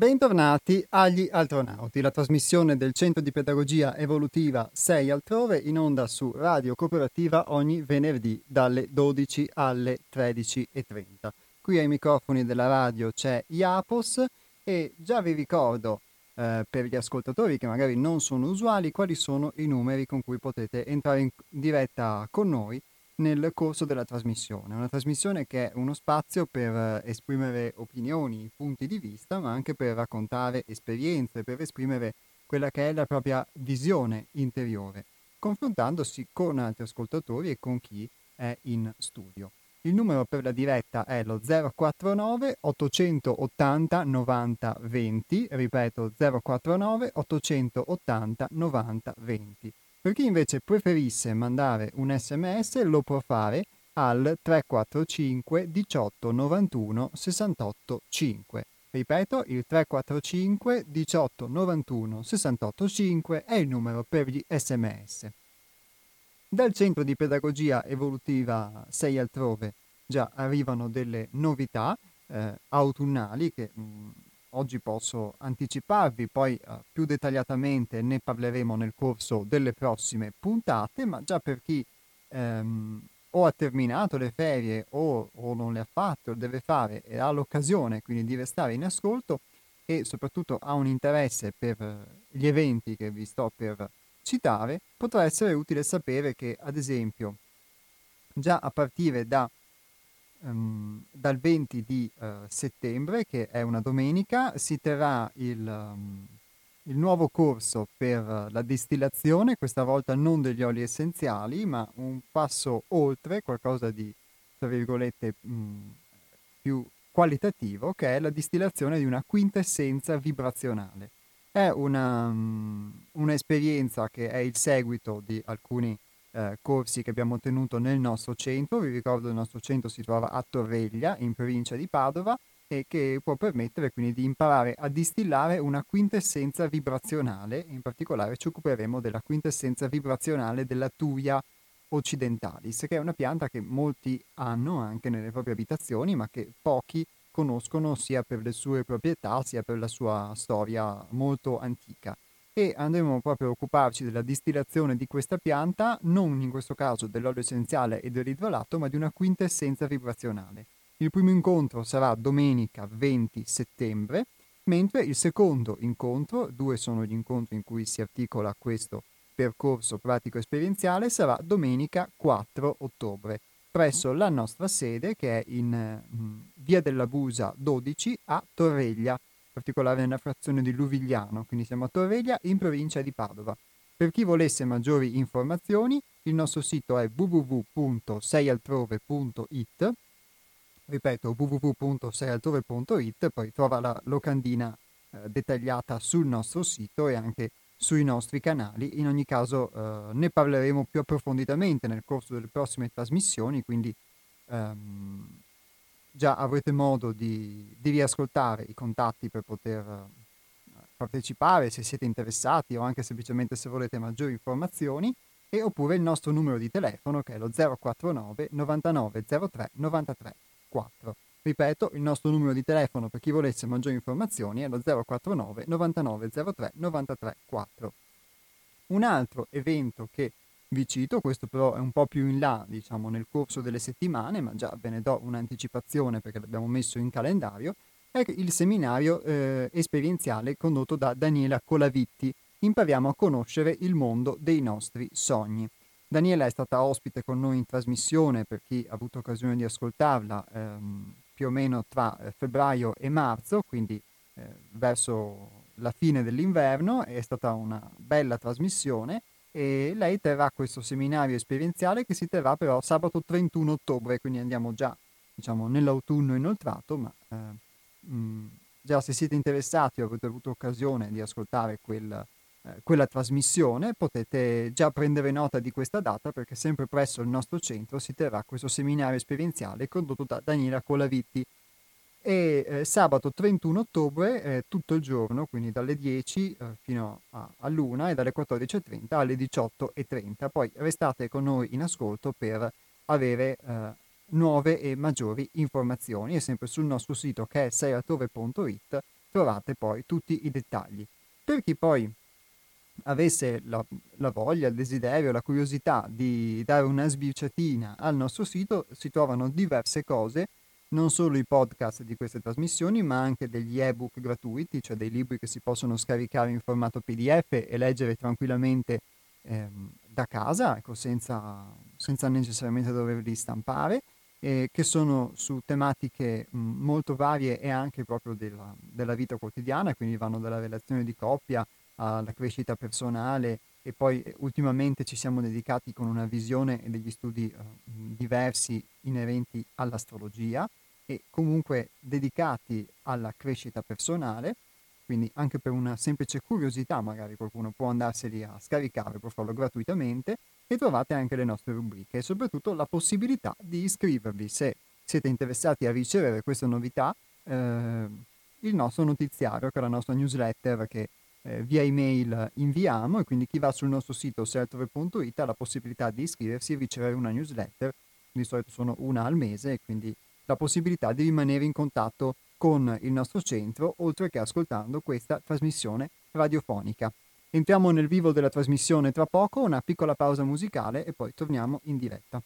Bentornati agli Altronauti, la trasmissione del Centro di Pedagogia Evolutiva 6 Altrove, in onda su Radio Cooperativa ogni venerdì dalle 12 alle 13:30. Qui ai microfoni della radio c'è Iapos e già vi ricordo, per gli ascoltatori che magari non sono usuali, quali sono i numeri con cui potete entrare in diretta con noi nel corso della trasmissione. Una trasmissione che è uno spazio per esprimere opinioni, punti di vista, ma anche per raccontare esperienze, per esprimere quella che è la propria visione interiore, confrontandosi con altri ascoltatori e con chi è in studio. Il numero per la diretta è lo 049 880 90 20, ripeto 049 880 90 20. Per chi invece preferisse mandare un SMS lo può fare al 345 18 91 68 5. Ripeto, il 345 18 91 68 5 è il numero per gli SMS. Dal Centro di Pedagogia Evolutiva 6 Altrove già arrivano delle novità autunnali che oggi posso anticiparvi, poi più dettagliatamente ne parleremo nel corso delle prossime puntate, ma già per chi o ha terminato le ferie o non le ha fatte o deve fare e ha l'occasione quindi di restare in ascolto e soprattutto ha un interesse per gli eventi che vi sto per citare, potrà essere utile sapere che, ad esempio, già a partire dal 20 di settembre, che è una domenica, si terrà il nuovo corso per la distillazione, questa volta non degli oli essenziali, ma un passo oltre, qualcosa di, tra virgolette, più qualitativo, che è la distillazione di una quintessenza vibrazionale. È un'esperienza che è il seguito di alcuni corsi che abbiamo tenuto nel nostro centro. Vi ricordo il nostro centro si trova a Torreglia, in provincia di Padova, e che può permettere quindi di imparare a distillare una quintessenza vibrazionale. In particolare ci occuperemo della quintessenza vibrazionale della Thuja occidentalis, che è una pianta che molti hanno anche nelle proprie abitazioni, ma che pochi conoscono sia per le sue proprietà sia per la sua storia molto antica. E andremo proprio a occuparci della distillazione di questa pianta, non in questo caso dell'olio essenziale e dell'idrolato, ma di una quintessenza vibrazionale. Il primo incontro sarà domenica 20 settembre, mentre il secondo incontro, 2 sono gli incontri in cui si articola questo percorso pratico esperienziale, sarà domenica 4 ottobre, presso la nostra sede che è in via della Busa 12 a Torreglia, in particolare nella frazione di Luvigliano, quindi siamo a Torreglia in provincia di Padova. Per chi volesse maggiori informazioni, il nostro sito è www.seialtrove.it, ripeto www.seialtrove.it, poi trova la locandina dettagliata sul nostro sito e anche sui nostri canali. In ogni caso ne parleremo più approfonditamente nel corso delle prossime trasmissioni, quindi già avrete modo di riascoltare i contatti per poter partecipare se siete interessati o anche semplicemente se volete maggiori informazioni, e oppure il nostro numero di telefono che è lo 049 99 03 93 4. Ripeto, il nostro numero di telefono per chi volesse maggiori informazioni è lo 049 99 03 93 4. Un altro evento che vi cito, questo però è un po' più in là, diciamo, nel corso delle settimane, ma già ve ne do un'anticipazione perché l'abbiamo messo in calendario, è il seminario esperienziale condotto da Daniela Colavitti. Impariamo a conoscere il mondo dei nostri sogni. Daniela è stata ospite con noi in trasmissione, per chi ha avuto occasione di ascoltarla, più o meno tra febbraio e marzo, quindi verso la fine dell'inverno. È stata una bella trasmissione e lei terrà questo seminario esperienziale che si terrà però sabato 31 ottobre, quindi andiamo già, diciamo, nell'autunno inoltrato, ma già se siete interessati o avete avuto occasione di ascoltare quella trasmissione, potete già prendere nota di questa data, perché sempre presso il nostro centro si terrà questo seminario esperienziale condotto da Daniela Colavitti. E sabato 31 ottobre tutto il giorno, quindi dalle 10 fino all'1 e dalle 14:30 alle 18:30. Poi restate con noi in ascolto per avere nuove e maggiori informazioni, e sempre sul nostro sito che è seialtrove.it trovate poi tutti i dettagli. Per chi poi avesse la voglia, il desiderio, la curiosità di dare una sbirciatina al nostro sito, si trovano diverse cose, non solo i podcast di queste trasmissioni, ma anche degli ebook gratuiti, cioè dei libri che si possono scaricare in formato PDF e leggere tranquillamente da casa, ecco, senza necessariamente doverli stampare, che sono su tematiche molto varie e anche proprio della vita quotidiana, quindi vanno dalla relazione di coppia alla crescita personale, e poi ultimamente ci siamo dedicati con una visione e degli studi diversi inerenti all'astrologia, e comunque dedicati alla crescita personale, quindi anche per una semplice curiosità magari qualcuno può andarseli a scaricare, può farlo gratuitamente, e trovate anche le nostre rubriche e soprattutto la possibilità di iscrivervi, se siete interessati a ricevere queste novità, il nostro notiziario, che è la nostra newsletter che via email inviamo, e quindi chi va sul nostro sito seltrove.it ha la possibilità di iscriversi e ricevere una newsletter, di solito sono una al mese, e quindi la possibilità di rimanere in contatto con il nostro centro, oltre che ascoltando questa trasmissione radiofonica. Entriamo nel vivo della trasmissione tra poco, una piccola pausa musicale e poi torniamo in diretta.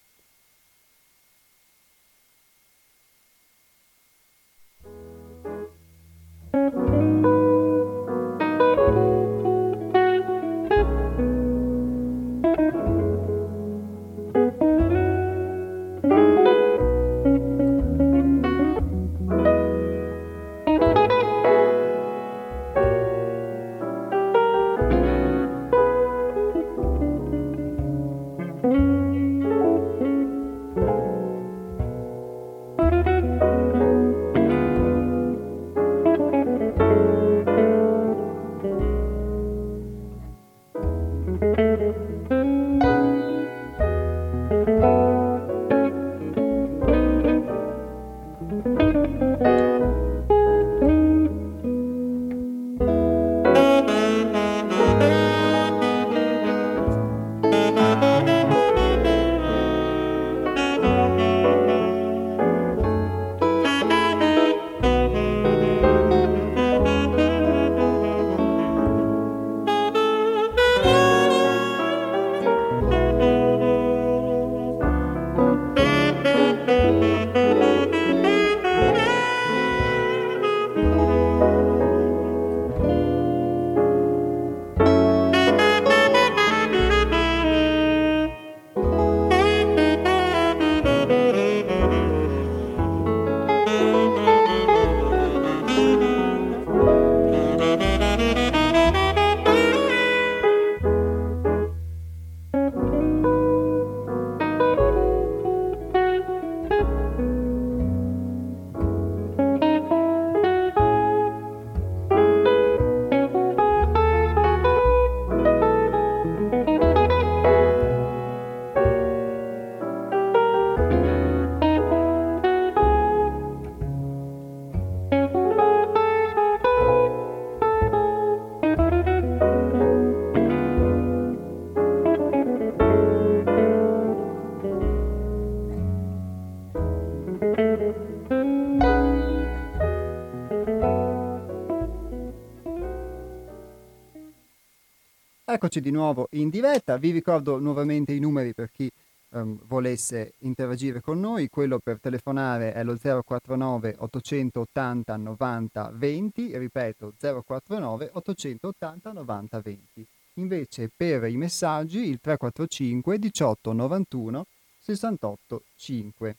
Eccoci di nuovo in diretta, vi ricordo nuovamente i numeri per chi volesse interagire con noi. Quello per telefonare è lo 049 880 90 20, ripeto 049 880 90 20. Invece per i messaggi il 345 18 91 68 5.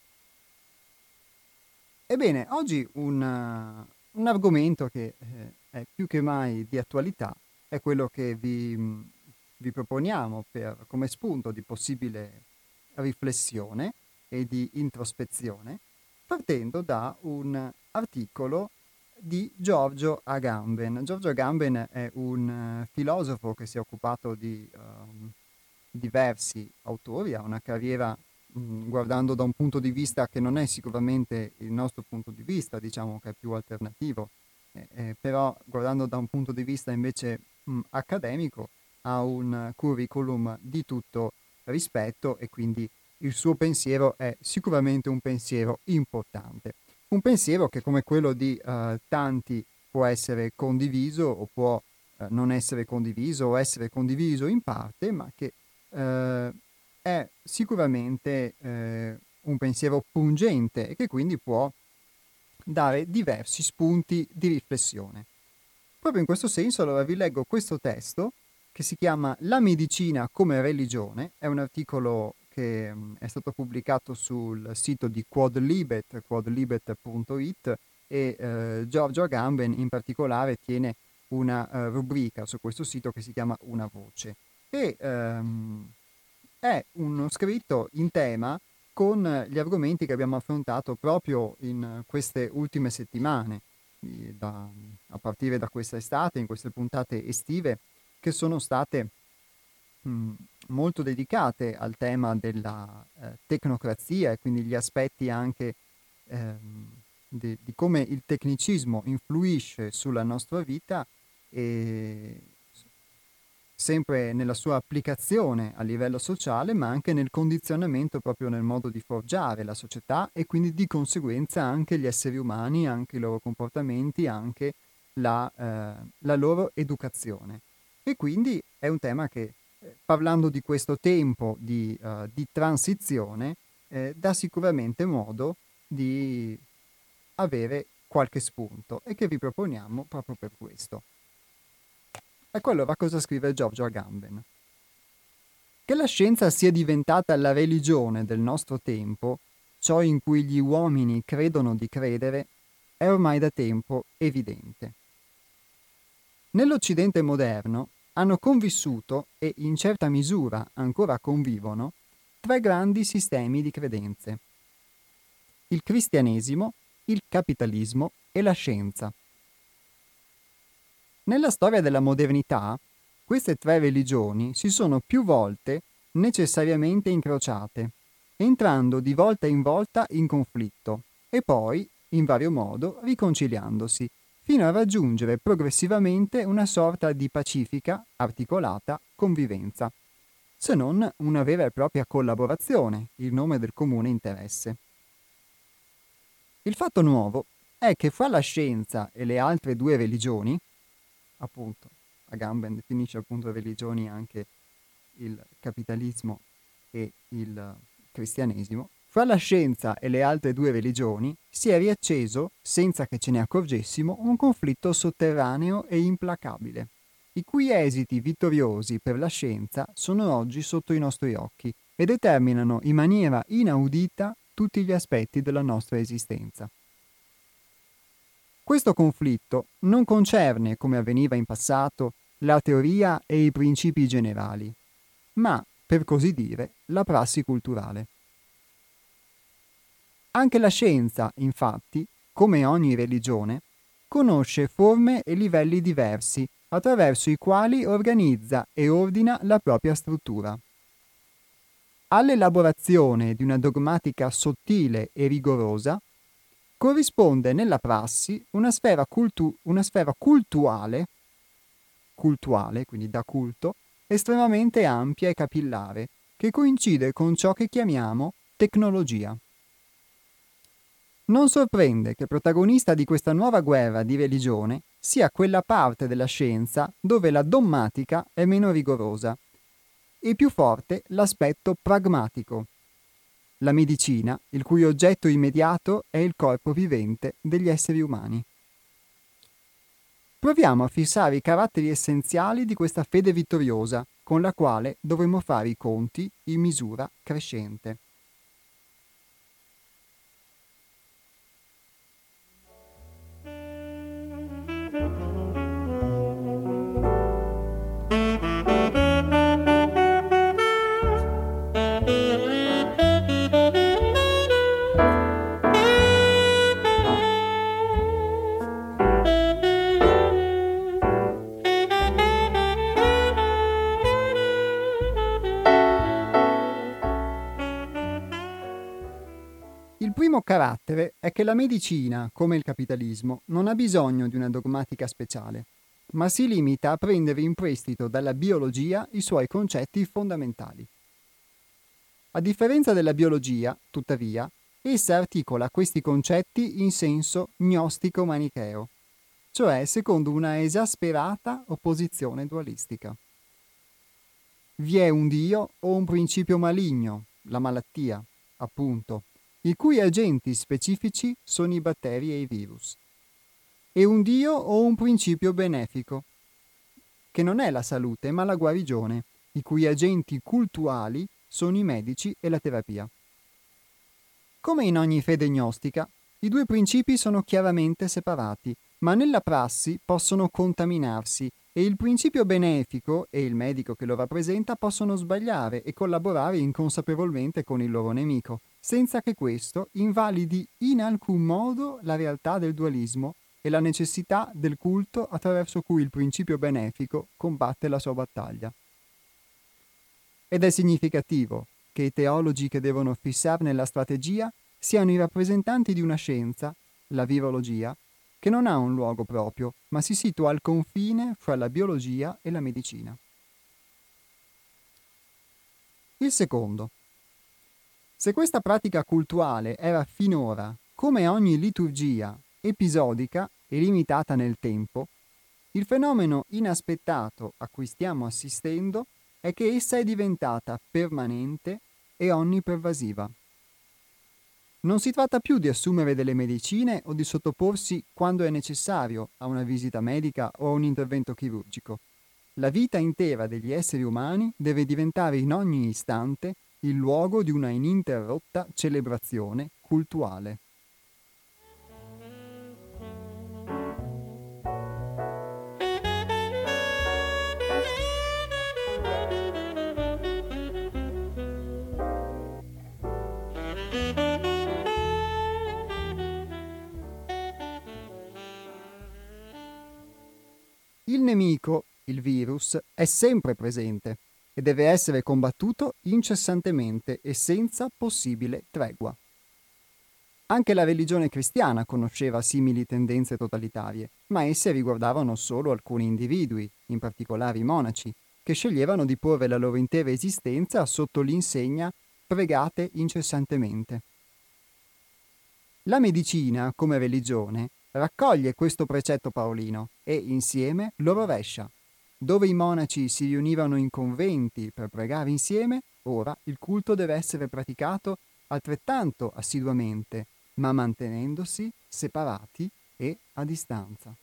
Ebbene, oggi un argomento che è più che mai di attualità è quello che vi proponiamo come spunto di possibile riflessione e di introspezione, partendo da un articolo di Giorgio Agamben. Giorgio Agamben è un filosofo che si è occupato di diversi autori, ha una carriera guardando da un punto di vista che non è sicuramente il nostro punto di vista, diciamo che è più alternativo, però guardando da un punto di vista invece accademico ha un curriculum di tutto rispetto, e quindi il suo pensiero è sicuramente un pensiero importante. Un pensiero che, come quello di tanti, può essere condiviso o può non essere condiviso o essere condiviso in parte, ma che è sicuramente un pensiero pungente e che quindi può dare diversi spunti di riflessione. Proprio in questo senso, allora vi leggo questo testo che si chiama La medicina come religione, è un articolo che è stato pubblicato sul sito di Quodlibet, quodlibet.it, e Giorgio Agamben in particolare tiene una rubrica su questo sito che si chiama Una voce. E è uno scritto in tema con gli argomenti che abbiamo affrontato proprio in queste ultime settimane, a partire da questa estate, in queste puntate estive, che sono state molto dedicate al tema della tecnocrazia e quindi gli aspetti anche di come il tecnicismo influisce sulla nostra vita e sempre nella sua applicazione a livello sociale, ma anche nel condizionamento proprio nel modo di forgiare la società e quindi di conseguenza anche gli esseri umani, anche i loro comportamenti, anche la loro educazione. E quindi è un tema che, parlando di questo tempo di transizione, dà sicuramente modo di avere qualche spunto e che vi proponiamo proprio per questo. Ecco allora cosa scrive Giorgio Agamben. Che la scienza sia diventata la religione del nostro tempo, ciò in cui gli uomini credono di credere, è ormai da tempo evidente. Nell'Occidente moderno hanno convissuto e in certa misura ancora convivono tre grandi sistemi di credenze: il cristianesimo, il capitalismo e la scienza. Nella storia della modernità, queste tre religioni si sono più volte necessariamente incrociate, entrando di volta in volta in conflitto e poi, in vario modo, riconciliandosi, fino a raggiungere progressivamente una sorta di pacifica, articolata convivenza, se non una vera e propria collaborazione, in nome del comune interesse. Il fatto nuovo è che fra la scienza e le altre due religioni, appunto, Agamben definisce appunto religioni anche il capitalismo e il cristianesimo, fra la scienza e le altre due religioni si è riacceso, senza che ce ne accorgessimo, un conflitto sotterraneo e implacabile, i cui esiti vittoriosi per la scienza sono oggi sotto i nostri occhi e determinano in maniera inaudita tutti gli aspetti della nostra esistenza. Questo conflitto non concerne, come avveniva in passato, la teoria e i principi generali, ma, per così dire, la prassi culturale. Anche la scienza, infatti, come ogni religione, conosce forme e livelli diversi attraverso i quali organizza e ordina la propria struttura. All'elaborazione di una dogmatica sottile e rigorosa corrisponde nella prassi una sfera cultuale, quindi da culto, estremamente ampia e capillare, che coincide con ciò che chiamiamo tecnologia. Non sorprende che protagonista di questa nuova guerra di religione sia quella parte della scienza dove la dogmatica è meno rigorosa e più forte l'aspetto pragmatico. La medicina, il cui oggetto immediato è il corpo vivente degli esseri umani. Proviamo a fissare i caratteri essenziali di questa fede vittoriosa, con la quale dovremo fare i conti in misura crescente. Il primo carattere è che la medicina, come il capitalismo, non ha bisogno di una dogmatica speciale, ma si limita a prendere in prestito dalla biologia i suoi concetti fondamentali. A differenza della biologia, tuttavia, Essa articola questi concetti in senso gnostico-manicheo, cioè secondo una esasperata opposizione dualistica. Vi è un Dio o un principio maligno, la malattia, appunto, i cui agenti specifici sono i batteri e i virus. E un Dio o un principio benefico, che non è la salute ma la guarigione, i cui agenti cultuali sono i medici e la terapia. Come in ogni fede gnostica, i due principi sono chiaramente separati, ma nella prassi possono contaminarsi e il principio benefico e il medico che lo rappresenta possono sbagliare e collaborare inconsapevolmente con il loro nemico, senza che questo invalidi in alcun modo la realtà del dualismo e la necessità del culto attraverso cui il principio benefico combatte la sua battaglia. Ed è significativo che i teologi che devono fissarne la strategia siano i rappresentanti di una scienza, la virologia, che non ha un luogo proprio, ma si situa al confine fra la biologia e la medicina. Il secondo. Se questa pratica cultuale era finora, come ogni liturgia, episodica e limitata nel tempo, il fenomeno inaspettato a cui stiamo assistendo è che essa è diventata permanente e onnipervasiva. Non si tratta più di assumere delle medicine o di sottoporsi, quando è necessario, a una visita medica o a un intervento chirurgico. La vita intera degli esseri umani deve diventare in ogni istante il luogo di una ininterrotta celebrazione cultuale. Il nemico, il virus, è sempre presente e deve essere combattuto incessantemente e senza possibile tregua. Anche la religione cristiana conosceva simili tendenze totalitarie, ma esse riguardavano solo alcuni individui, in particolare i monaci, che sceglievano di porre la loro intera esistenza sotto l'insegna pregate incessantemente. La medicina, come religione, raccoglie questo precetto paolino e insieme lo rovescia. Dove i monaci si riunivano in conventi per pregare insieme, ora il culto deve essere praticato altrettanto assiduamente, ma mantenendosi separati e a distanza.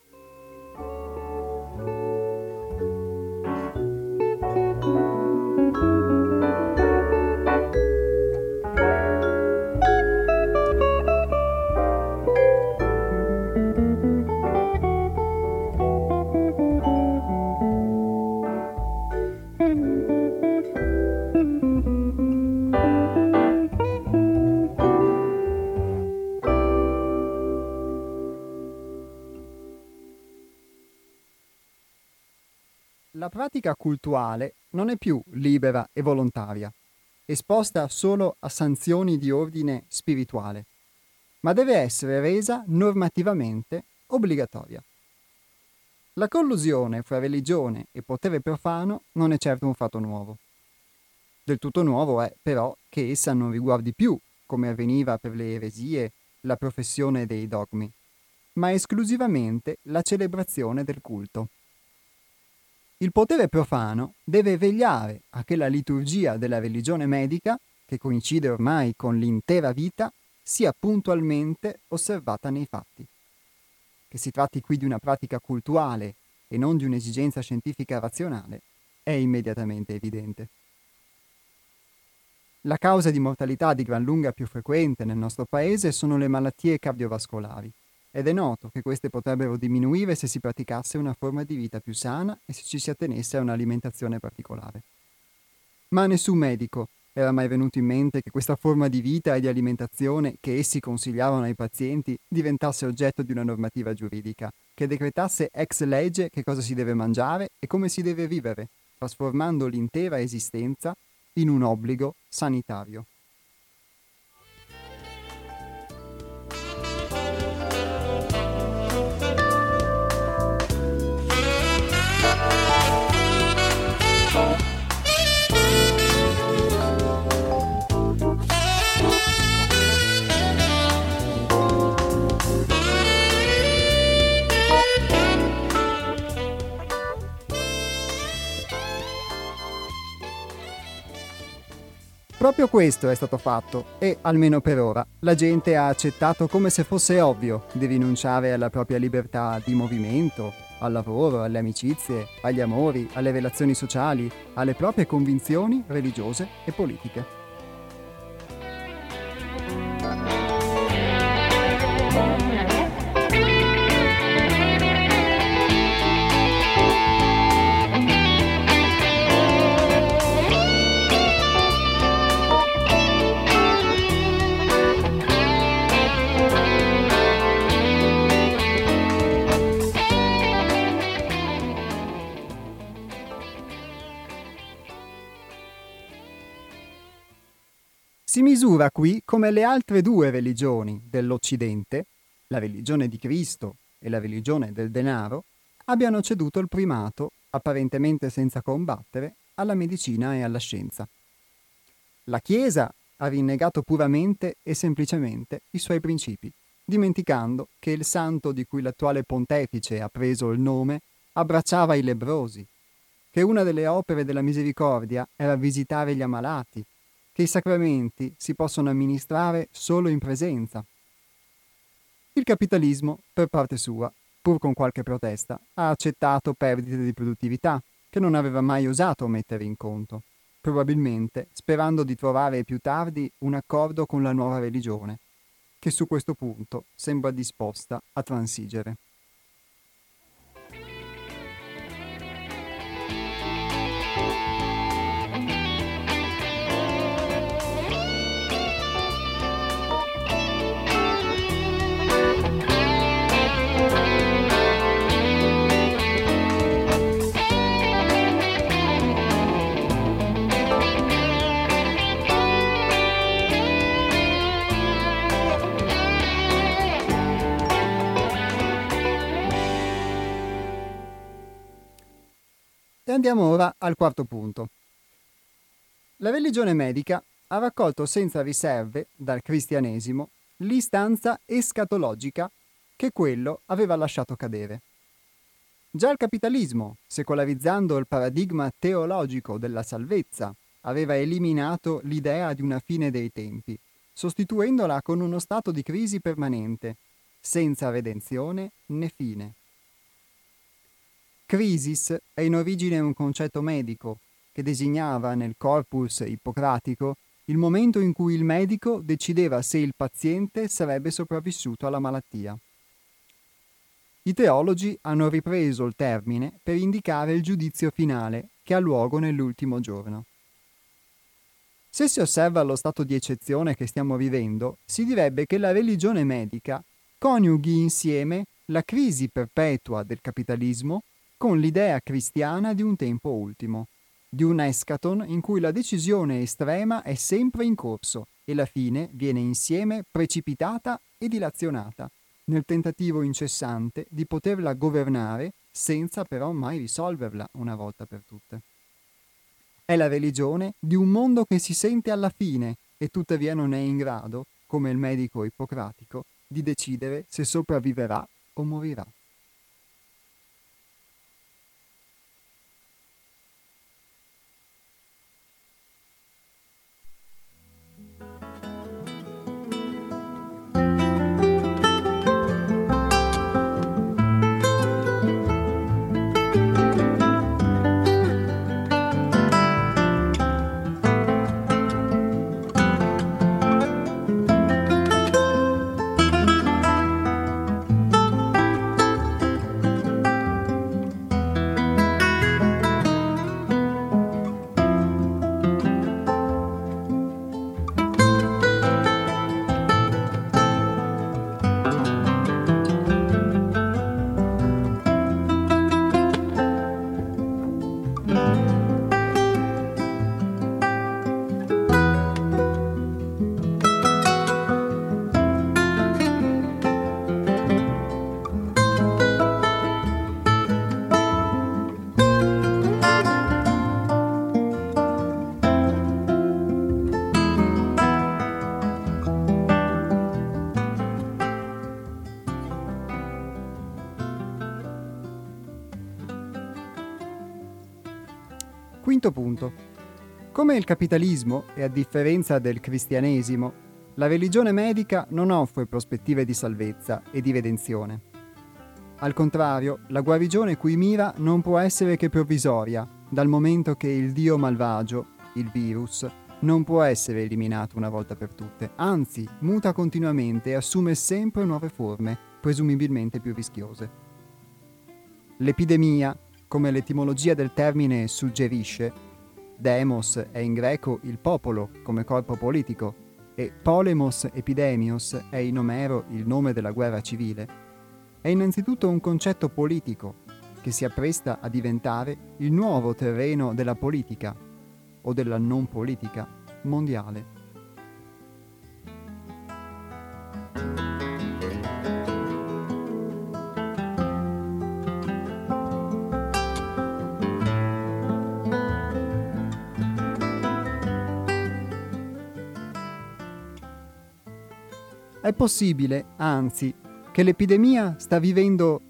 La pratica cultuale non è più libera e volontaria, esposta solo a sanzioni di ordine spirituale, ma deve essere resa normativamente obbligatoria. La collusione fra religione e potere profano non è certo un fatto nuovo. Del tutto nuovo è, però, che essa non riguardi più, come avveniva per le eresie, la professione dei dogmi, ma esclusivamente la celebrazione del culto. Il potere profano deve vegliare a che la liturgia della religione medica, che coincide ormai con l'intera vita, sia puntualmente osservata nei fatti. Che si tratti qui di una pratica cultuale e non di un'esigenza scientifica razionale è immediatamente evidente. La causa di mortalità di gran lunga più frequente nel nostro paese sono le malattie cardiovascolari, ed è noto che queste potrebbero diminuire se si praticasse una forma di vita più sana e se ci si attenesse a un'alimentazione particolare. Ma a nessun medico era mai venuto in mente che questa forma di vita e di alimentazione che essi consigliavano ai pazienti diventasse oggetto di una normativa giuridica, che decretasse ex legge che cosa si deve mangiare e come si deve vivere, trasformando l'intera esistenza in un obbligo sanitario. Proprio questo è stato fatto e, almeno per ora, la gente ha accettato come se fosse ovvio di rinunciare alla propria libertà di movimento, al lavoro, alle amicizie, agli amori, alle relazioni sociali, alle proprie convinzioni religiose e politiche. Si misura qui come le altre due religioni dell'Occidente, la religione di Cristo e la religione del denaro, abbiano ceduto il primato, apparentemente senza combattere, alla medicina e alla scienza. La Chiesa ha rinnegato puramente e semplicemente i suoi principi, dimenticando che il santo di cui l'attuale pontefice ha preso il nome abbracciava i lebbrosi, che una delle opere della misericordia era visitare gli ammalati, che i sacramenti si possono amministrare solo in presenza. Il capitalismo, per parte sua, pur con qualche protesta, ha accettato perdite di produttività che non aveva mai osato mettere in conto, probabilmente sperando di trovare più tardi un accordo con la nuova religione, che su questo punto sembra disposta a transigere. E andiamo ora al quarto punto. La religione medica ha raccolto senza riserve dal cristianesimo l'istanza escatologica che quello aveva lasciato cadere. Già il capitalismo, secolarizzando il paradigma teologico della salvezza, aveva eliminato l'idea di una fine dei tempi, sostituendola con uno stato di crisi permanente, senza redenzione né fine. Crisis è in origine un concetto medico che designava nel corpus ippocratico il momento in cui il medico decideva se il paziente sarebbe sopravvissuto alla malattia. I teologi hanno ripreso il termine per indicare il giudizio finale che ha luogo nell'ultimo giorno. Se si osserva lo stato di eccezione che stiamo vivendo, si direbbe che la religione medica coniughi insieme la crisi perpetua del capitalismo con l'idea cristiana di un tempo ultimo, di un eschaton in cui la decisione estrema è sempre in corso e la fine viene insieme precipitata e dilazionata, nel tentativo incessante di poterla governare senza però mai risolverla una volta per tutte. È la religione di un mondo che si sente alla fine e tuttavia non è in grado, come il medico ippocratico, di decidere se sopravviverà o morirà. Quinto punto. Come il capitalismo, e a differenza del cristianesimo, la religione medica non offre prospettive di salvezza e di redenzione. Al contrario, la guarigione cui mira non può essere che provvisoria, dal momento che il dio malvagio, il virus, non può essere eliminato una volta per tutte, anzi muta continuamente e assume sempre nuove forme, presumibilmente più rischiose. L'epidemia, come l'etimologia del termine suggerisce, demos è in greco il popolo come corpo politico e polemos epidemios è in Omero il nome della guerra civile, è innanzitutto un concetto politico che si appresta a diventare il nuovo terreno della politica o della non politica mondiale. È possibile, anzi, che l'epidemia sta vivendo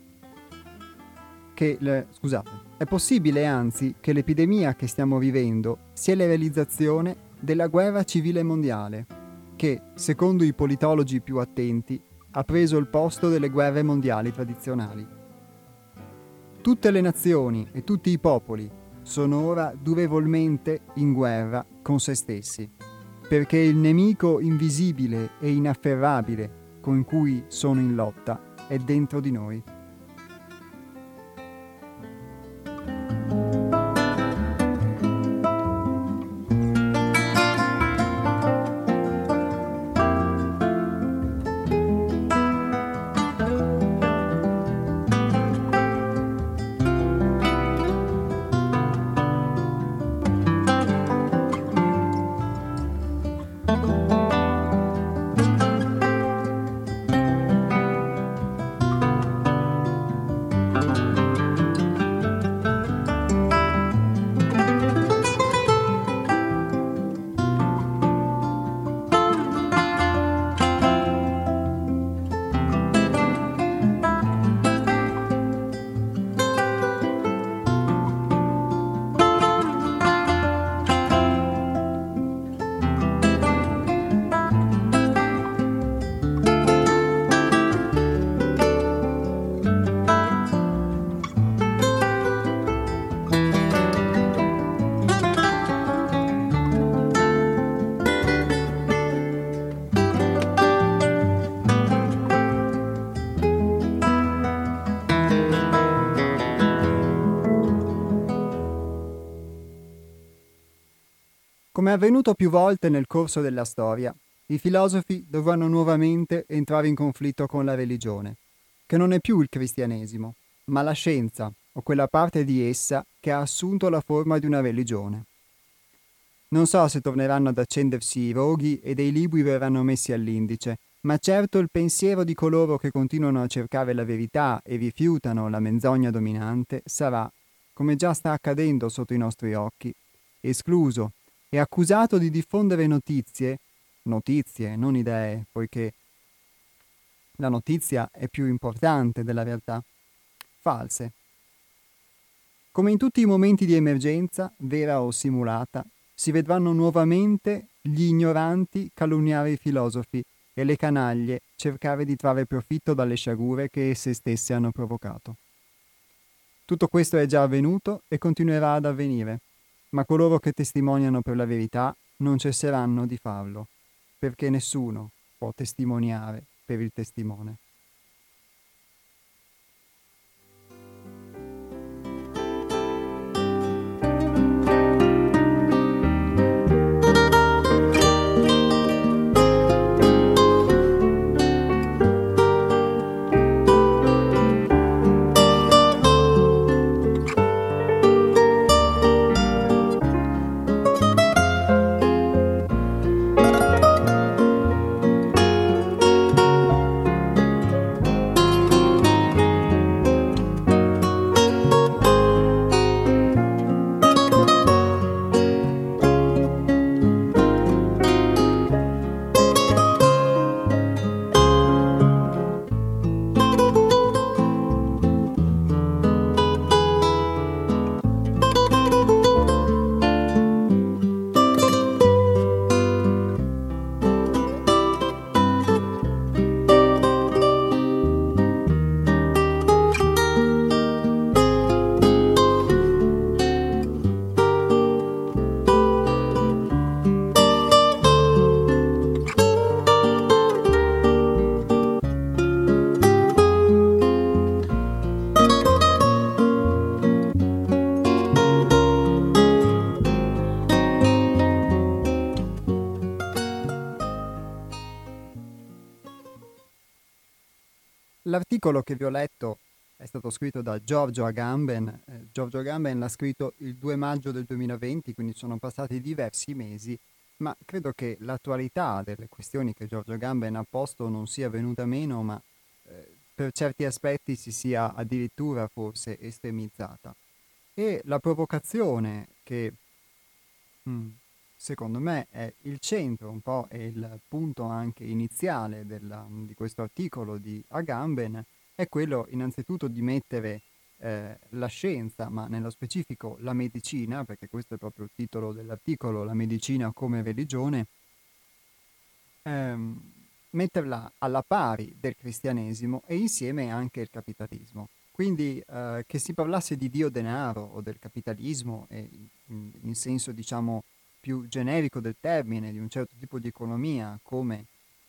È possibile, anzi, che l'epidemia che stiamo vivendo sia la realizzazione della guerra civile mondiale, che, secondo i politologi più attenti, ha preso il posto delle guerre mondiali tradizionali. Tutte le nazioni e tutti i popoli sono ora durevolmente in guerra con se stessi, perché il nemico invisibile e inafferrabile con cui sono in lotta è dentro di noi. Come è avvenuto più volte nel corso della storia, i filosofi dovranno nuovamente entrare in conflitto con la religione, che non è più il cristianesimo, ma la scienza o quella parte di essa che ha assunto la forma di una religione. Non so se torneranno ad accendersi i roghi e dei libri verranno messi all'indice, ma certo il pensiero di coloro che continuano a cercare la verità e rifiutano la menzogna dominante sarà, come già sta accadendo sotto i nostri occhi, escluso e accusato di diffondere notizie, non idee, poiché la notizia è più importante della realtà, false. Come in tutti i momenti di emergenza, vera o simulata, si vedranno nuovamente gli ignoranti calunniare i filosofi e le canaglie cercare di trarre profitto dalle sciagure che esse stesse hanno provocato. Tutto questo è già avvenuto e continuerà ad avvenire, ma coloro che testimoniano per la verità non cesseranno di farlo, perché nessuno può testimoniare per il testimone. L'articolo che vi ho letto è stato scritto da Giorgio Agamben. Giorgio Agamben l'ha scritto il 2 maggio del 2020, quindi sono passati diversi mesi, ma credo che l'attualità delle questioni che Giorgio Agamben ha posto non sia venuta meno, ma per certi aspetti si sia addirittura forse estremizzata. E la provocazione che mm, secondo me è il centro, un po' è il punto anche iniziale di questo articolo di Agamben, è quello innanzitutto di mettere la scienza, ma nello specifico la medicina, perché questo è proprio il titolo dell'articolo, la medicina come religione, ehm, metterla alla pari del cristianesimo e insieme anche il capitalismo. Quindi che si parlasse di Dio denaro o del capitalismo in senso diciamo più generico del termine, di un certo tipo di economia come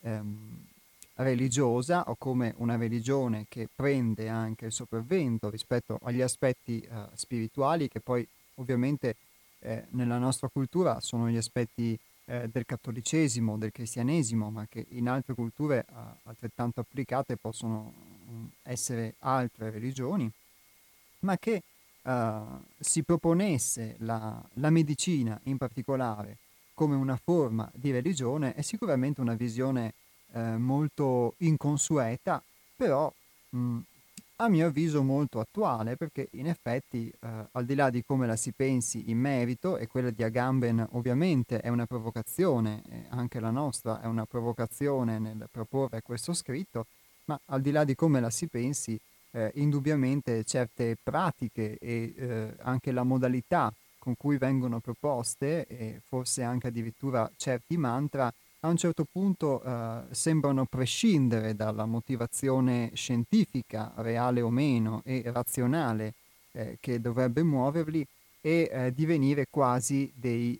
religiosa o come una religione che prende anche il sopravvento rispetto agli aspetti spirituali che poi ovviamente nella nostra cultura sono gli aspetti del cattolicesimo, del cristianesimo, ma che in altre culture altrettanto applicate possono essere altre religioni, ma che si proponesse la medicina in particolare come una forma di religione è sicuramente una visione molto inconsueta, però mh, a mio avviso molto attuale, perché in effetti, al di là di come la si pensi in merito, e quella di Agamben ovviamente è una provocazione, anche la nostra è una provocazione nel proporre questo scritto, ma al di là di come la si pensi, indubbiamente certe pratiche e anche la modalità con cui vengono proposte e forse anche addirittura certi mantra a un certo punto sembrano prescindere dalla motivazione scientifica, reale o meno, e razionale che dovrebbe muoverli e divenire quasi dei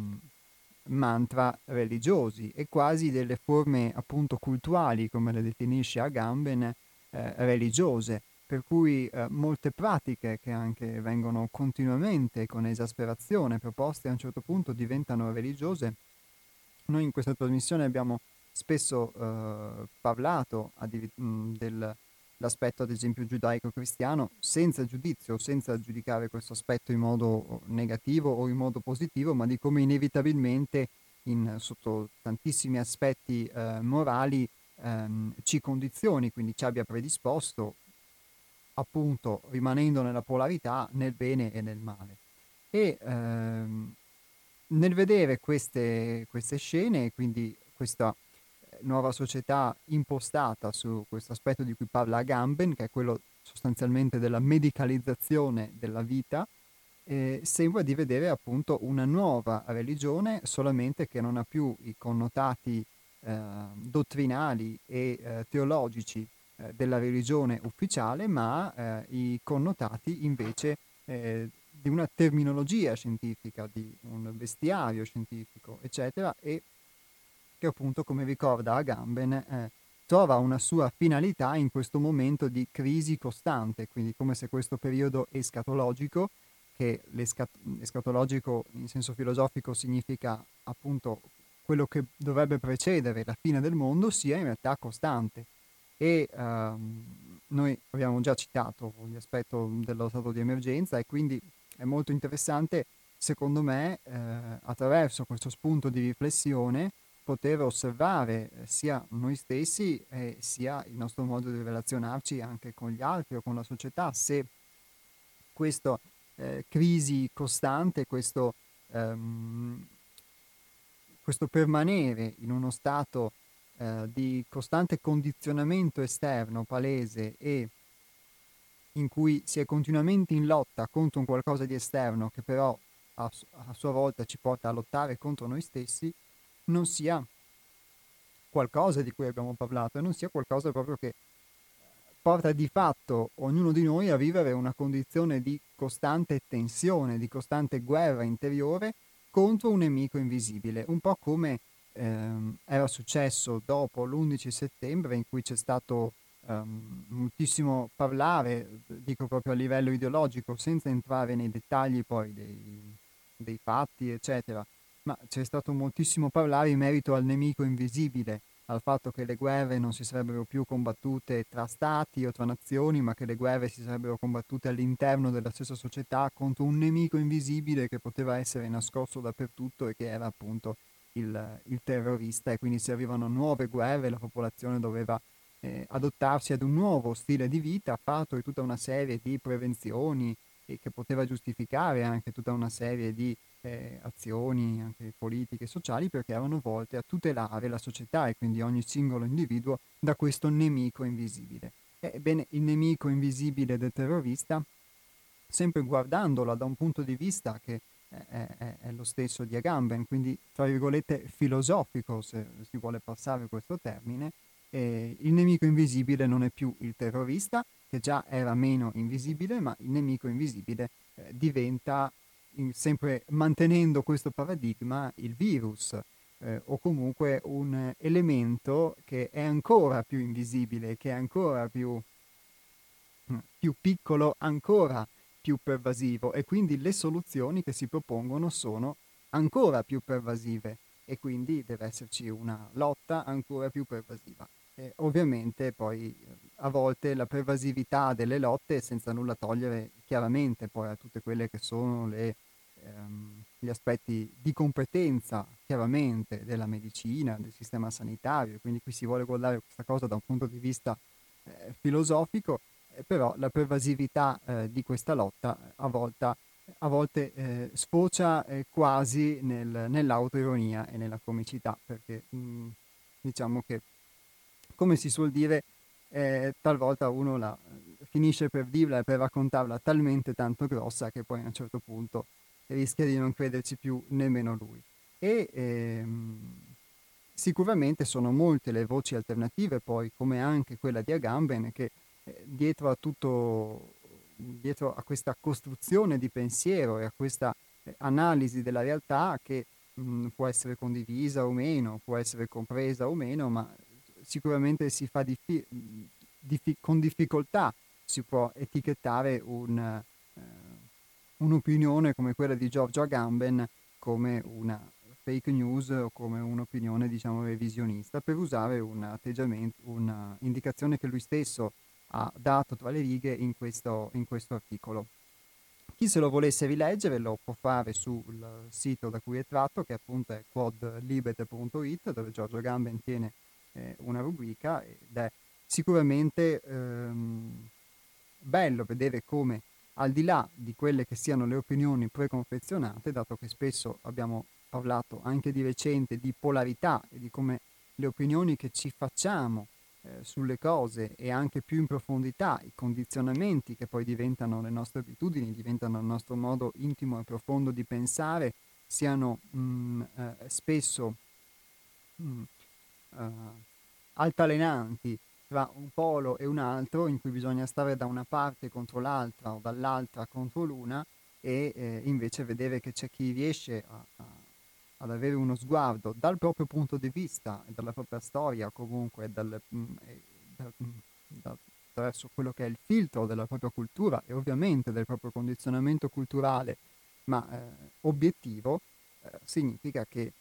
mantra religiosi e quasi delle forme appunto cultuali, come le definisce Agamben, religiose, per cui molte pratiche che anche vengono continuamente con esasperazione proposte a un certo punto diventano religiose. Noi in questa trasmissione abbiamo spesso parlato dell'aspetto ad esempio giudaico-cristiano senza giudizio, senza giudicare questo aspetto in modo negativo o in modo positivo, ma di come inevitabilmente sotto tantissimi aspetti morali ci condizioni, quindi ci abbia predisposto appunto rimanendo nella polarità nel bene e nel male. E nel vedere queste scene, quindi questa nuova società impostata su questo aspetto di cui parla Agamben, che è quello sostanzialmente della medicalizzazione della vita, sembra di vedere appunto una nuova religione, solamente che non ha più i connotati dottrinali e teologici della religione ufficiale, ma i connotati invece di una terminologia scientifica, di un bestiario scientifico, eccetera, e che appunto, come ricorda Agamben, trova una sua finalità in questo momento di crisi costante, quindi come se questo periodo escatologico, che escatologico in senso filosofico significa appunto quello che dovrebbe precedere la fine del mondo, sia in realtà costante. E noi abbiamo già citato l'aspetto dello stato di emergenza e quindi è molto interessante, secondo me, attraverso questo spunto di riflessione, poter osservare sia noi stessi sia il nostro modo di relazionarci anche con gli altri o con la società, se questa crisi costante, ehm, questo permanere in uno stato di costante condizionamento esterno, palese, e in cui si è continuamente in lotta contro un qualcosa di esterno che però a sua volta ci porta a lottare contro noi stessi, non sia qualcosa di cui abbiamo parlato e non sia qualcosa proprio che porta di fatto ognuno di noi a vivere una condizione di costante tensione, di costante guerra interiore contro un nemico invisibile, un po' come era successo dopo l'11 settembre in cui c'è stato moltissimo parlare, dico proprio a livello ideologico, senza entrare nei dettagli poi dei fatti, eccetera, ma c'è stato moltissimo parlare in merito al nemico invisibile al fatto che le guerre non si sarebbero più combattute tra stati o tra nazioni, ma che le guerre si sarebbero combattute all'interno della stessa società contro un nemico invisibile che poteva essere nascosto dappertutto e che era appunto il terrorista, e quindi servivano nuove guerre, la popolazione doveva adottarsi ad un nuovo stile di vita fatto di tutta una serie di prevenzioni e che poteva giustificare anche tutta una serie di azioni anche politiche e sociali, perché erano volte a tutelare la società e quindi ogni singolo individuo da questo nemico invisibile. Ebbene, il nemico invisibile del terrorista, sempre guardandola da un punto di vista che è lo stesso di Agamben, quindi tra virgolette filosofico, se si vuole passare questo termine, il nemico invisibile non è più il terrorista, che già era meno invisibile, ma il nemico invisibile diventa, sempre mantenendo questo paradigma, il virus, o comunque un elemento che è ancora più invisibile, che è ancora più piccolo, ancora più pervasivo, e quindi le soluzioni che si propongono sono ancora più pervasive e quindi deve esserci una lotta ancora più pervasiva. Ovviamente poi a volte la pervasività delle lotte, senza nulla togliere chiaramente poi a tutte quelle che sono gli aspetti di competenza chiaramente della medicina, del sistema sanitario, quindi qui si vuole guardare questa cosa da un punto di vista filosofico, però la pervasività di questa lotta a volte sfocia quasi nell'autoironia e nella comicità, perché diciamo che, come si suol dire, talvolta uno la finisce per dirla e per raccontarla talmente tanto grossa che poi a un certo punto rischia di non crederci più nemmeno lui. E sicuramente sono molte le voci alternative, poi, come anche quella di Agamben, che dietro a questa costruzione di pensiero e a questa analisi della realtà, che può essere condivisa o meno, può essere compresa o meno, ma sicuramente si fa con difficoltà si può etichettare un'opinione come quella di Giorgio Agamben come una fake news o come un'opinione, diciamo, revisionista, per usare un atteggiamento, una indicazione che lui stesso ha dato tra le righe in questo articolo. Chi se lo volesse rileggere lo può fare sul sito da cui è tratto, che appunto è quodlibet.it, dove Giorgio Agamben tiene una rubrica, ed è sicuramente bello vedere come, al di là di quelle che siano le opinioni preconfezionate, dato che spesso abbiamo parlato anche di recente di polarità e di come le opinioni che ci facciamo sulle cose, e anche più in profondità i condizionamenti che poi diventano le nostre abitudini, diventano il nostro modo intimo e profondo di pensare, siano spesso eh, altalenanti tra un polo e un altro, in cui bisogna stare da una parte contro l'altra o dall'altra contro l'una, e invece vedere che c'è chi riesce ad avere uno sguardo dal proprio punto di vista, dalla propria storia comunque, attraverso quello che è il filtro della propria cultura e ovviamente del proprio condizionamento culturale, ma obiettivo, significa che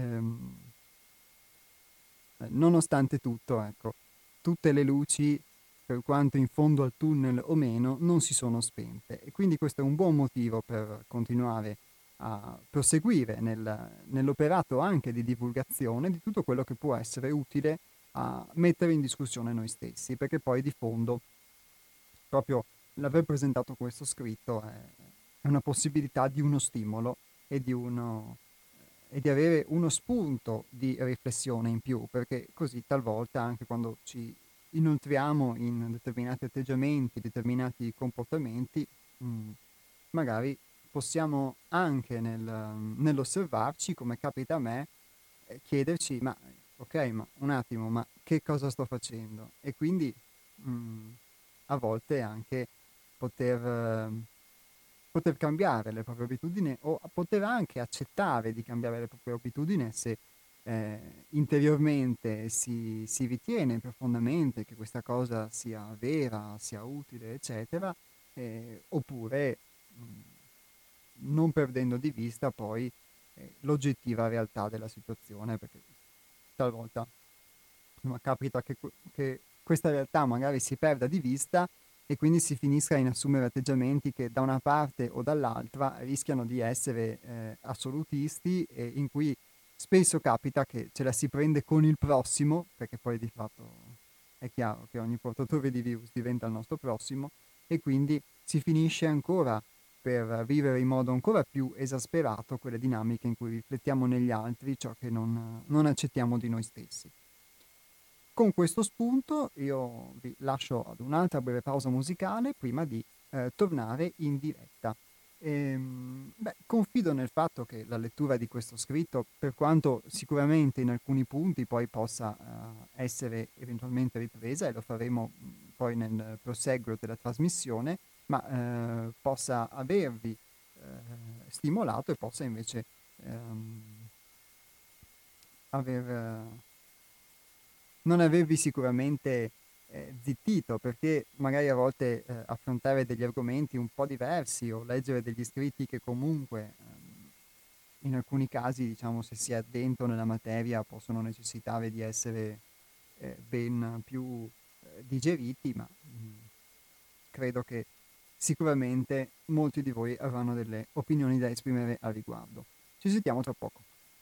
nonostante tutto, ecco, tutte le luci, per quanto in fondo al tunnel o meno, non si sono spente, e quindi questo è un buon motivo per continuare a proseguire nell'operato anche di divulgazione di tutto quello che può essere utile a mettere in discussione noi stessi, perché poi di fondo proprio l'aver presentato questo scritto è una possibilità di uno stimolo e e di avere uno spunto di riflessione in più, perché così talvolta, anche quando ci inoltriamo in determinati atteggiamenti, determinati comportamenti, magari possiamo anche nell'osservarci, come capita a me, chiederci, ma ok, ma un attimo, ma che cosa sto facendo? E quindi mh, a volte anche poter, poter cambiare le proprie abitudini, o poter anche accettare di cambiare le proprie abitudini se interiormente si ritiene profondamente che questa cosa sia vera, sia utile, eccetera, oppure non perdendo di vista poi l'oggettiva realtà della situazione, perché talvolta insomma, capita che questa realtà magari si perda di vista e quindi si finisca in assumere atteggiamenti che da una parte o dall'altra rischiano di essere assolutisti e in cui spesso capita che ce la si prende con il prossimo, perché poi di fatto è chiaro che ogni portatore di virus diventa il nostro prossimo e quindi si finisce ancora per vivere in modo ancora più esasperato quelle dinamiche in cui riflettiamo negli altri ciò che non accettiamo di noi stessi. Con questo spunto io vi lascio ad un'altra breve pausa musicale prima di tornare in diretta. Confido nel fatto che la lettura di questo scritto, per quanto sicuramente in alcuni punti poi possa essere eventualmente ripresa, e lo faremo poi nel proseguo della trasmissione, ma possa avervi stimolato e possa invece aver non avervi sicuramente zittito, perché magari a volte affrontare degli argomenti un po' diversi o leggere degli scritti che comunque in alcuni casi, diciamo, se si è dentro nella materia possono necessitare di essere ben più digeriti, ma credo che sicuramente molti di voi avranno delle opinioni da esprimere al riguardo. Ci sentiamo tra poco.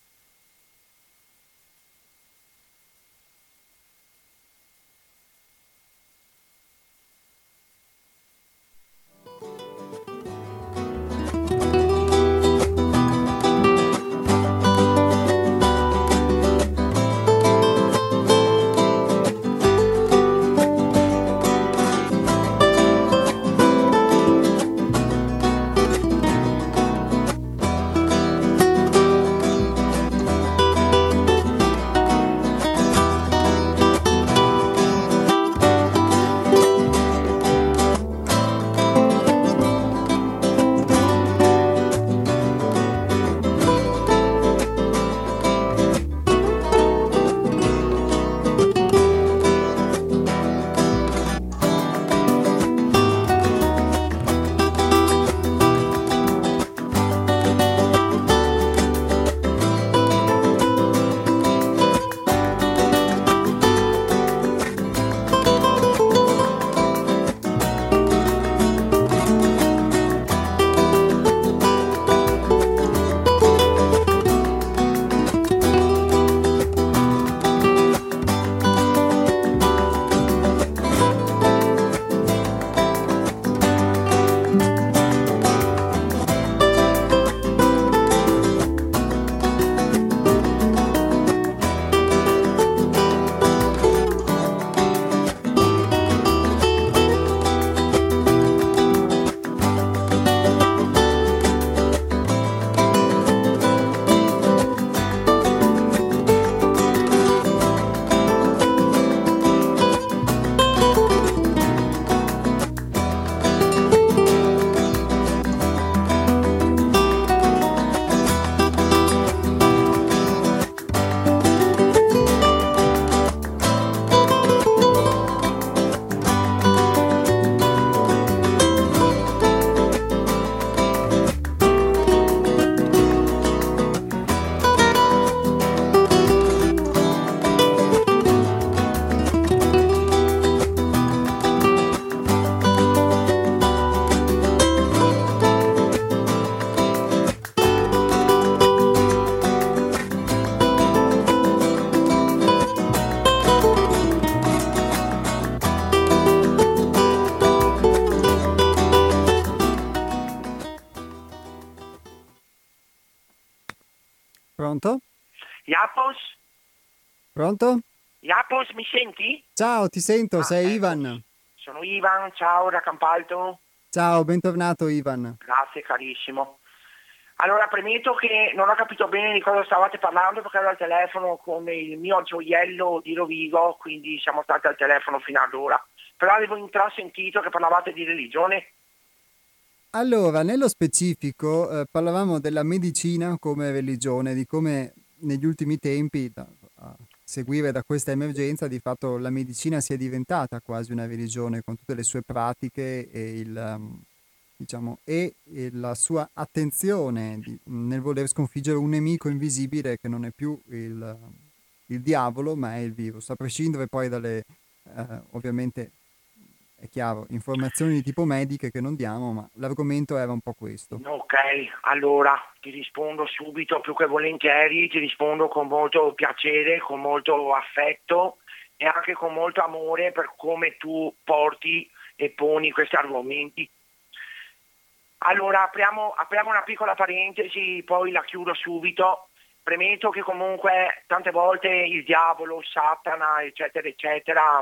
Pronto? Iapos? Pronto? Iapos, mi senti? Ciao, ti sento, sei ecco. Ivan. Sono Ivan, ciao da Campalto. Ciao, bentornato Ivan. Grazie carissimo. Allora premetto che non ho capito bene di cosa stavate parlando perché ero al telefono con il mio gioiello di Rovigo, quindi siamo stati al telefono fino ad ora. Però avevo intrasentito che parlavate di religione. Allora, nello specifico parlavamo della medicina come religione, di come negli ultimi tempi, a seguire da questa emergenza, di fatto la medicina sia diventata quasi una religione con tutte le sue pratiche e diciamo, la sua attenzione nel voler sconfiggere un nemico invisibile che non è più il diavolo, ma è il virus, a prescindere poi dalle, ovviamente, è chiaro, informazioni di tipo mediche che non diamo, ma l'argomento era un po' questo. Ok, allora ti rispondo subito, più che volentieri, ti rispondo con molto piacere, con molto affetto e anche con molto amore per come tu porti e poni questi argomenti. Allora apriamo una piccola parentesi, poi la chiudo subito. Premetto che comunque tante volte il diavolo, Satana, eccetera, eccetera,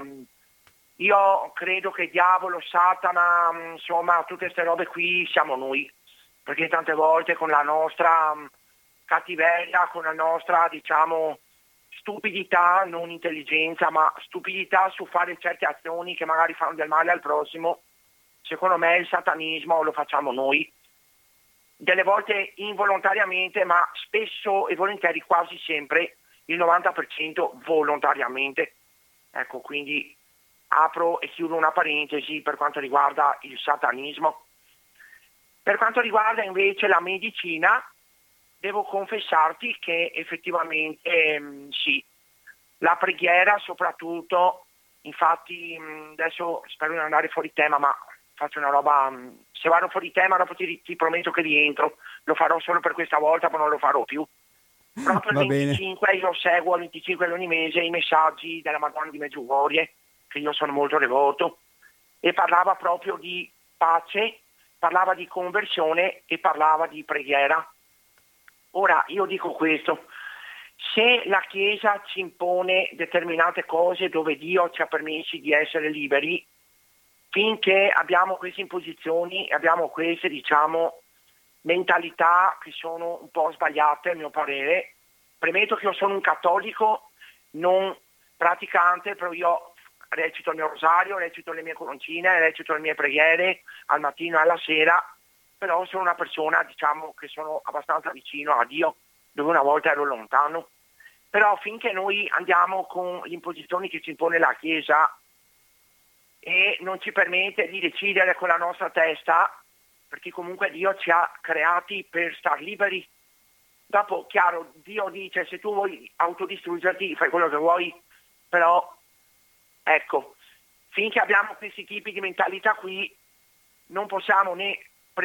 io credo che diavolo, Satana, insomma, tutte queste robe qui siamo noi, perché tante volte con la nostra cattiveria, con la nostra, diciamo, stupidità, non intelligenza, ma stupidità su fare certe azioni che magari fanno del male al prossimo, secondo me il satanismo lo facciamo noi. Delle volte involontariamente, ma spesso e volentieri, quasi sempre, il 90% volontariamente. Ecco, quindi apro e chiudo una parentesi per quanto riguarda il satanismo. Per quanto riguarda invece la medicina, devo confessarti che effettivamente sì, la preghiera soprattutto, infatti adesso spero di non andare fuori tema, ma faccio una roba, se vado fuori tema dopo ti prometto che rientro, lo farò solo per questa volta, ma non lo farò più. Proprio il Va bene. 25 io seguo il 25 di ogni mese i messaggi della Madonna di Medjugorje, che io sono molto devoto, e parlava proprio di pace, parlava di conversione e parlava di preghiera. Ora io dico questo, se la Chiesa ci impone determinate cose dove Dio ci ha permessi di essere liberi, finché abbiamo queste imposizioni, abbiamo queste, diciamo, mentalità che sono un po' sbagliate a mio parere. Premetto che io sono un cattolico non praticante, però io recito il mio rosario, recito le mie coroncine, recito le mie preghiere al mattino e alla sera, però sono una persona, diciamo, che sono abbastanza vicino a Dio, dove una volta ero lontano. Però finché noi andiamo con le imposizioni che ci impone la Chiesa e non ci permette di decidere con la nostra testa, perché comunque Dio ci ha creati per star liberi. Dopo, chiaro, Dio dice se tu vuoi autodistruggerti fai quello che vuoi, però ecco, finché abbiamo questi tipi di mentalità qui non possiamo né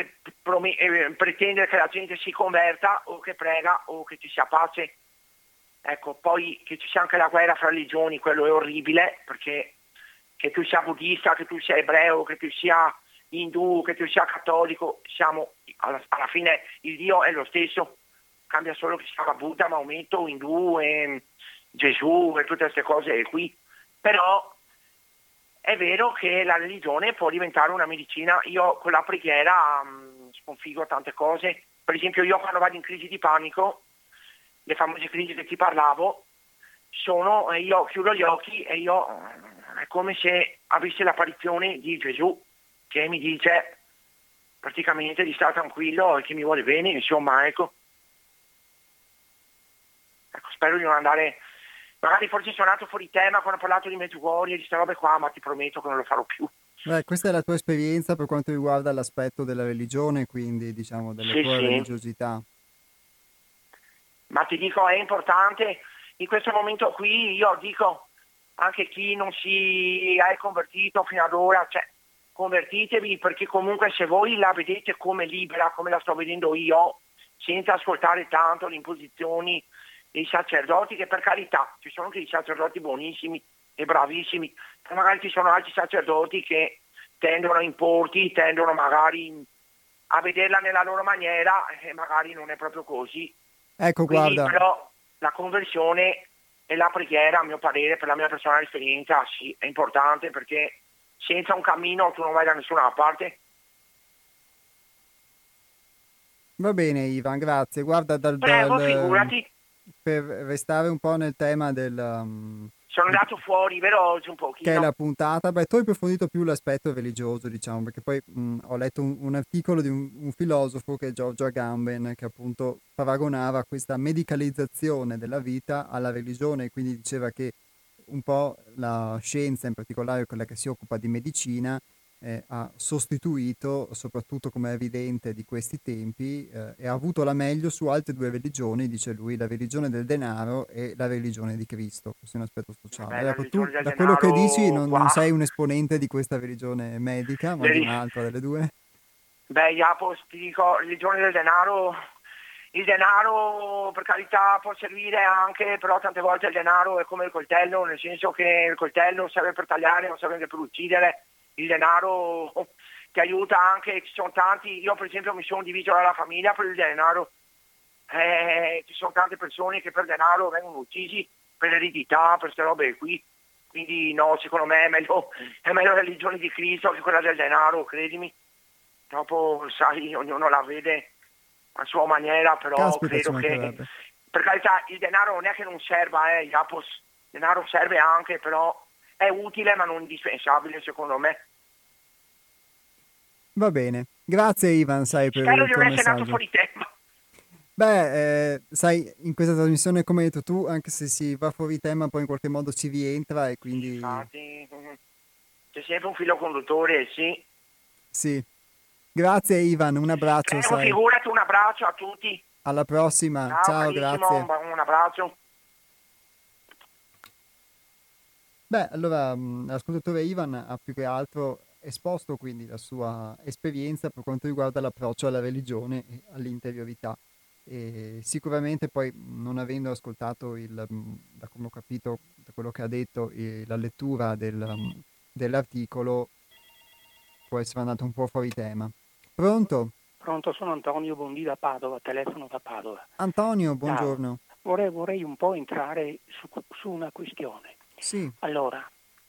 pretendere che la gente si converta o che prega o che ci sia pace. Ecco, poi che ci sia anche la guerra fra religioni, quello è orribile, perché che tu sia buddista, che tu sia ebreo, che tu sia indù, che tu sia cattolico, siamo alla fine il Dio è lo stesso, cambia solo che si chiama Buddha, Maometto, indù e Gesù e tutte queste cose qui. Però è vero che la religione può diventare una medicina. Io con la preghiera sconfiggo tante cose. Per esempio io quando vado in crisi di panico, le famose crisi che ti parlavo, io chiudo gli occhi e io è come se avessi l'apparizione di Gesù che mi dice praticamente di stare tranquillo e che mi vuole bene, insomma, ecco, spero di non andare, magari forse sono andato fuori tema quando ho parlato di Medjugorje e di queste robe qua, ma ti prometto che non lo farò più. Questa è la tua esperienza per quanto riguarda l'aspetto della religione, quindi diciamo della Sì, tua sì, religiosità. ma ti dico è importante in questo momento qui, io dico anche chi non si è convertito fino ad ora, cioè convertitevi, perché comunque se voi la vedete come libera, come la sto vedendo io, senza ascoltare tanto le imposizioni dei sacerdoti, che per carità ci sono anche dei sacerdoti buonissimi e bravissimi, però magari ci sono altri sacerdoti che tendono a importi, tendono magari a vederla nella loro maniera e magari non è proprio così. Ecco, Quindi guarda, però la conversione e la preghiera, a mio parere, per la mia personale esperienza, sì, è importante, perché senza un cammino tu non vai da nessuna parte. va bene Ivan, grazie. Guarda, Prego, figurati, per restare un po' nel tema sono andato fuori, vero, oggi un che è la pochino. puntata, tu hai approfondito più l'aspetto religioso, diciamo, perché poi ho letto un articolo di un filosofo che è Giorgio Agamben, che appunto paragonava questa medicalizzazione della vita alla religione, quindi diceva che un po' la scienza, in particolare quella che si occupa di medicina, ha sostituito, soprattutto come è evidente di questi tempi, e ha avuto la meglio su altre due religioni, dice lui, la religione del denaro e la religione di Cristo. Questo è un aspetto sociale. Beh, la Ecco, tu religione del da quello che dici denaro non qua. sei un esponente di questa religione medica, ma di un'altra delle due? Beh, Jacopo, ti dico, religione del denaro. Il denaro per carità può servire anche, però tante volte il denaro è come il coltello, nel senso che il coltello serve per tagliare, non serve anche per uccidere. Il denaro ti aiuta anche, ci sono tanti, io per esempio mi sono diviso dalla famiglia per il denaro. Ci sono tante persone che per denaro vengono uccisi, per eredità, per queste robe qui. Quindi no, secondo me è meglio la religione di Cristo che quella del denaro, credimi. Dopo, sai, ognuno la vede a sua maniera, però Caspita, ci credo che, mancherebbe. per carità, il denaro non è che non serva, Iapos, il denaro serve anche, però è utile ma non indispensabile secondo me. Va bene. Grazie Ivan, sai, per Spero il di tuo non essere nato messaggio. fuori tema. Beh, sai, in questa trasmissione, come hai detto tu, anche se si va fuori tema, poi in qualche modo ci rientra e quindi Infatti, c'è sempre un filo conduttore, sì. sì. Grazie Ivan, un abbraccio, Prego, sai. figurati, un abbraccio a tutti. Alla prossima. Ciao Ciao, carissimo, grazie. un abbraccio. Beh, allora, l'ascoltatore Ivan ha più che altro esposto quindi la sua esperienza per quanto riguarda l'approccio alla religione e all'interiorità. E sicuramente poi, non avendo ascoltato da come ho capito, da quello che ha detto, la lettura dell'articolo, può essere andato un po' fuori tema. Pronto? Pronto, sono Antonio Bondi da Padova, telefono da Padova. Antonio, Ciao, buongiorno. vorrei un po' entrare su una questione. Sì, Allora,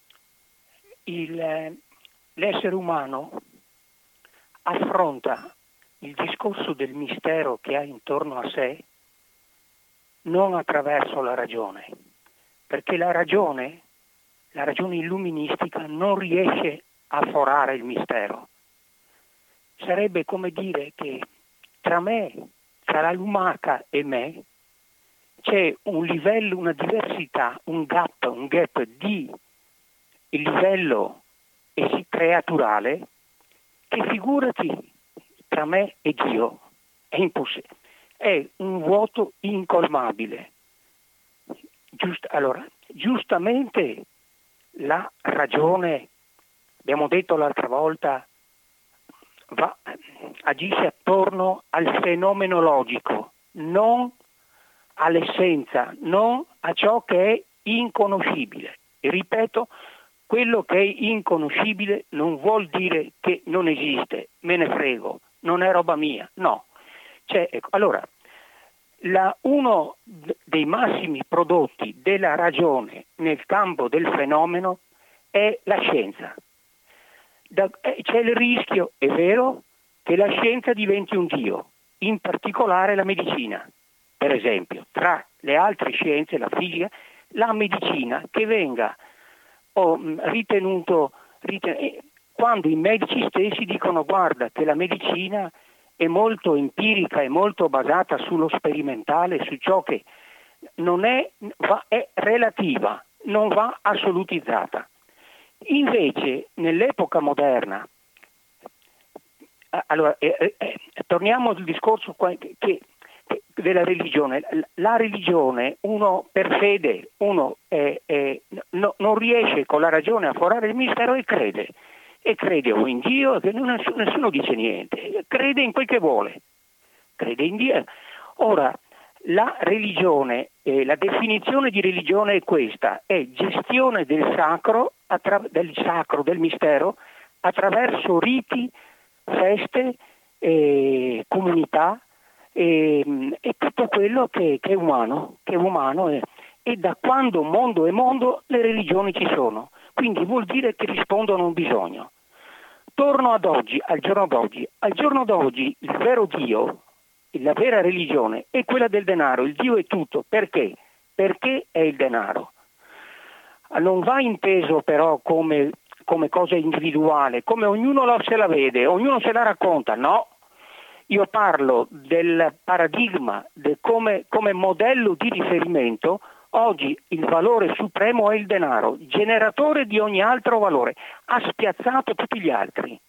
l'essere umano affronta il discorso del mistero che ha intorno a sé non attraverso la ragione, perché la ragione illuministica non riesce a forare il mistero. Sarebbe come dire che tra la lumaca e me, c'è un livello, una diversità, un gap di il livello creaturale, che figurati tra me e Dio è impossibile, è un vuoto incolmabile. Allora, giustamente la ragione, abbiamo detto l'altra volta, agisce attorno al fenomeno logico, non all'essenza, non a ciò che è inconoscibile. E ripeto, quello che è inconoscibile non vuol dire che non esiste, me ne frego, non è roba mia, no. Allora, uno dei massimi prodotti della ragione nel campo del fenomeno è la scienza. C'è il rischio, è vero, che la scienza diventi un dio, in particolare la medicina. Per esempio, tra le altre scienze, la fisica, la medicina, che venga quando i medici stessi dicono: guarda che la medicina è molto empirica, è molto basata sullo sperimentale, su ciò che non è relativa, non va assolutizzata. Invece, nell'epoca moderna, allora, torniamo al discorso della religione. La religione, uno per fede, non riesce con la ragione a forare il mistero e crede o in Dio, che nessuno dice niente, crede in quel che vuole, crede in Dio. Ora, la religione, la definizione di religione è questa: è gestione del sacro, del mistero, attraverso riti, feste, comunità, e tutto quello che è umano, e da quando mondo è mondo le religioni ci sono, quindi vuol dire che rispondono a un bisogno. Torno al giorno d'oggi il vero Dio, la vera religione è quella del denaro. Il Dio è tutto. Perché? Perché è il denaro. Non va inteso però come cosa individuale, come ognuno se la vede, ognuno se la racconta, no. Io parlo del paradigma come modello di riferimento Oggi il valore supremo è il denaro, generatore di ogni altro valore, ha spiazzato tutti gli altri.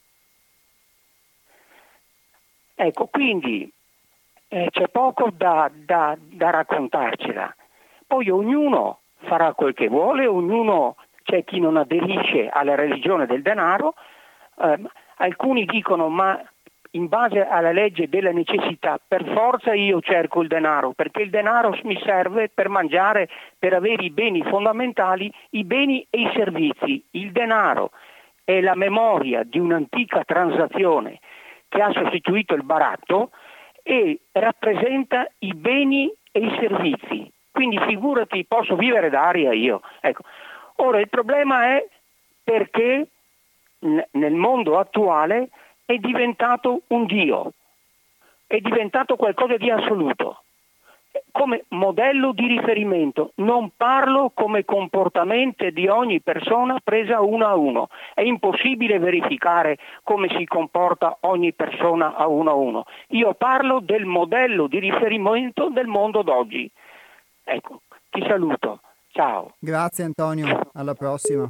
Ecco, quindi c'è poco da raccontarcela. Poi ognuno farà quel che vuole, ognuno, c'è chi non aderisce alla religione del denaro, alcuni dicono ma in base alla legge della necessità per forza io cerco il denaro, perché il denaro mi serve per mangiare, per avere i beni fondamentali, i beni e i servizi. Il denaro è la memoria di un'antica transazione che ha sostituito il baratto e rappresenta i beni e i servizi. Quindi figurati, posso vivere d'aria io. Ecco. Ora il problema è perché nel mondo attuale è diventato un Dio, è diventato qualcosa di assoluto, come modello di riferimento. Non parlo come comportamento di ogni persona presa uno a uno, è impossibile verificare come si comporta ogni persona a uno. Io parlo del modello di riferimento del mondo d'oggi. Ecco, ti saluto, ciao. Grazie Antonio, alla prossima.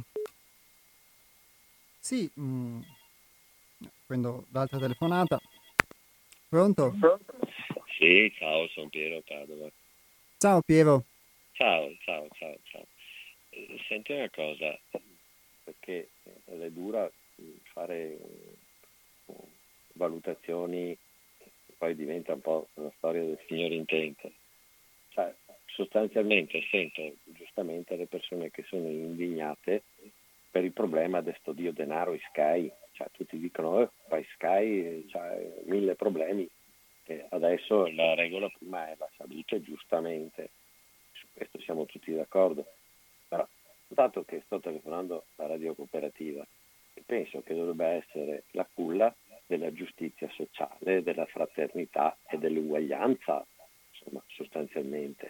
Sì, prendo l'altra telefonata. Pronto? Sì, ciao, sono Piero Padova. Ciao Piero. Ciao. Senti una cosa, perché è dura fare valutazioni, poi diventa un po' una storia del signor intento. Cioè, sostanzialmente sento giustamente le persone che sono indignate per il problema di sto dio denaro e Sky. Cioè, tutti dicono poi Sky c'ha 1000 problemi, e adesso la regola prima è la salute, giustamente, su questo siamo tutti d'accordo, però dato che sto telefonando alla radio cooperativa, penso che dovrebbe essere la culla della giustizia sociale, della fraternità e dell'uguaglianza, insomma, sostanzialmente,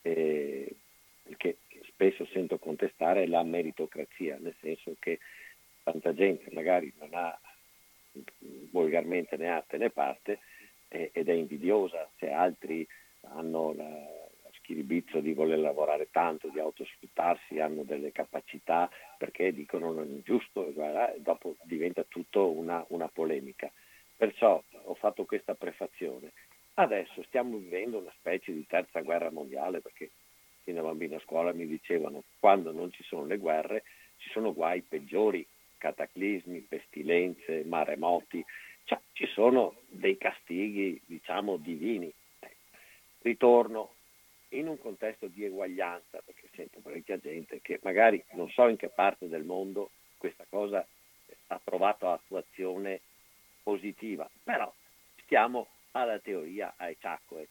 perché spesso sento contestare la meritocrazia, nel senso che tanta gente magari non ha, volgarmente ne arte né parte, ed è invidiosa se altri hanno la schiribizzo di voler lavorare tanto, di autosfruttarsi, hanno delle capacità, perché dicono non è giusto, e dopo diventa tutto una polemica. Perciò ho fatto questa prefazione. Adesso stiamo vivendo una specie di terza guerra mondiale, perché fino a bambino a scuola mi dicevano quando non ci sono le guerre ci sono guai peggiori, cataclismi, pestilenze, maremoti, cioè ci sono dei castighi, diciamo, divini. Ritorno in un contesto di eguaglianza, perché sento parecchia gente che magari non so in che parte del mondo questa cosa ha trovato attuazione positiva, però stiamo alla teoria a Ecciacque,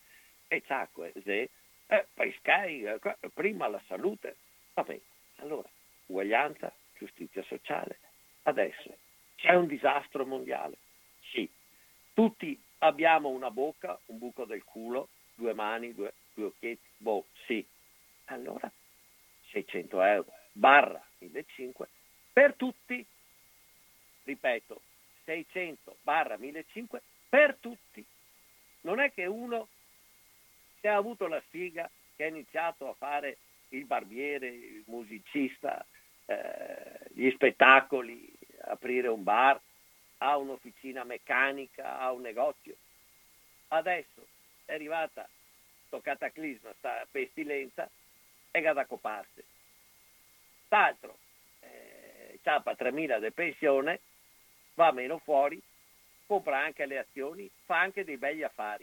se poi Sky, prima la salute, vabbè, allora uguaglianza, giustizia sociale. Adesso c'è un disastro mondiale, sì, tutti abbiamo una bocca, un buco del culo, 2 mani, due occhietti, sì, allora 600 euro barra 1.500 per tutti, ripeto, 600 barra 1.500 per tutti. Non è che uno, se ha avuto la sfiga, che ha iniziato a fare il barbiere, il musicista, gli spettacoli, aprire un bar, ha un'officina meccanica, ha un negozio. Adesso è arrivata sto cataclisma, sta pestilenza, e da coparsi. T'altro, ciapa 3.000 di pensione, va meno fuori, compra anche le azioni, fa anche dei begli affari.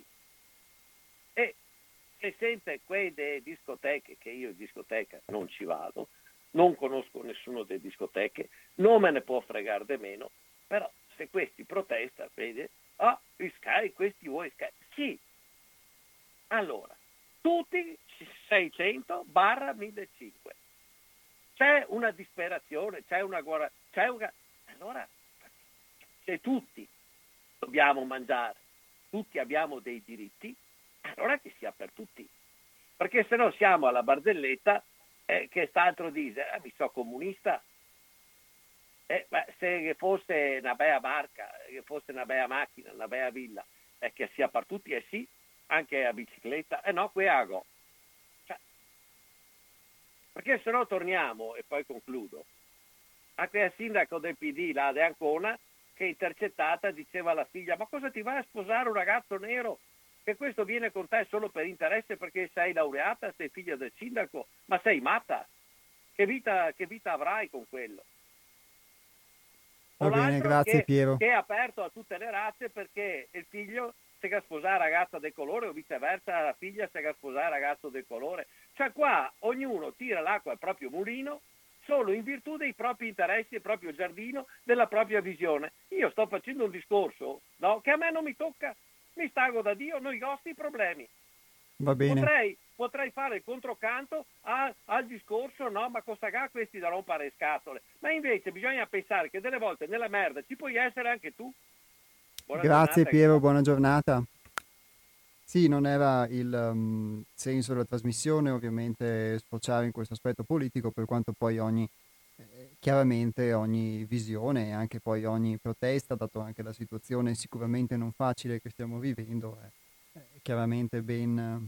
E se sente quelle discoteche, che io in discoteca non ci vado, non conosco nessuno delle discoteche, non me ne può fregare di meno, però se questi protesta, vede, Sky, questi vuoi Sky? Sì. Allora, tutti 600 barra 1.500. C'è una disperazione, c'è una guerra, allora, se tutti dobbiamo mangiare, tutti abbiamo dei diritti, allora che sia per tutti. Perché se no siamo alla barzelletta, che st'altro dice, mi so comunista. Se fosse una bella barca, che fosse una bella macchina, una bella villa, che sia per tutti, sì, anche a bicicletta, no, qui ago. Cioè, Perché se no torniamo, e poi concludo, a quel sindaco del PD là di Ancona che intercettata diceva alla figlia: ma cosa ti vai a sposare un ragazzo nero, che questo viene con te solo per interesse perché sei laureata, sei figlia del sindaco? Ma sei matta? Che vita avrai con quello? Va O bene, l'altro grazie Piero. che è aperto a tutte le razze perché il figlio si ga sposare ragazza del colore o viceversa la figlia si ga sposare ragazzo del colore. Cioè qua ognuno tira l'acqua al proprio mulino solo in virtù dei propri interessi, del proprio giardino, della propria visione. Io sto facendo un discorso, no, che a me non mi tocca, mi stago da Dio, non i vostri problemi. Va bene. Potrei fare il controcanto al discorso, no, ma costa ga questi da rompere le scatole. Ma invece bisogna pensare che delle volte nella merda ci puoi essere anche tu. Buona Grazie giornata, Piero, buona giornata. Sì, non era il senso della trasmissione, ovviamente, sfociare in questo aspetto politico, per quanto poi chiaramente ogni visione e anche poi ogni protesta, dato anche la situazione sicuramente non facile che stiamo vivendo, è chiaramente ben,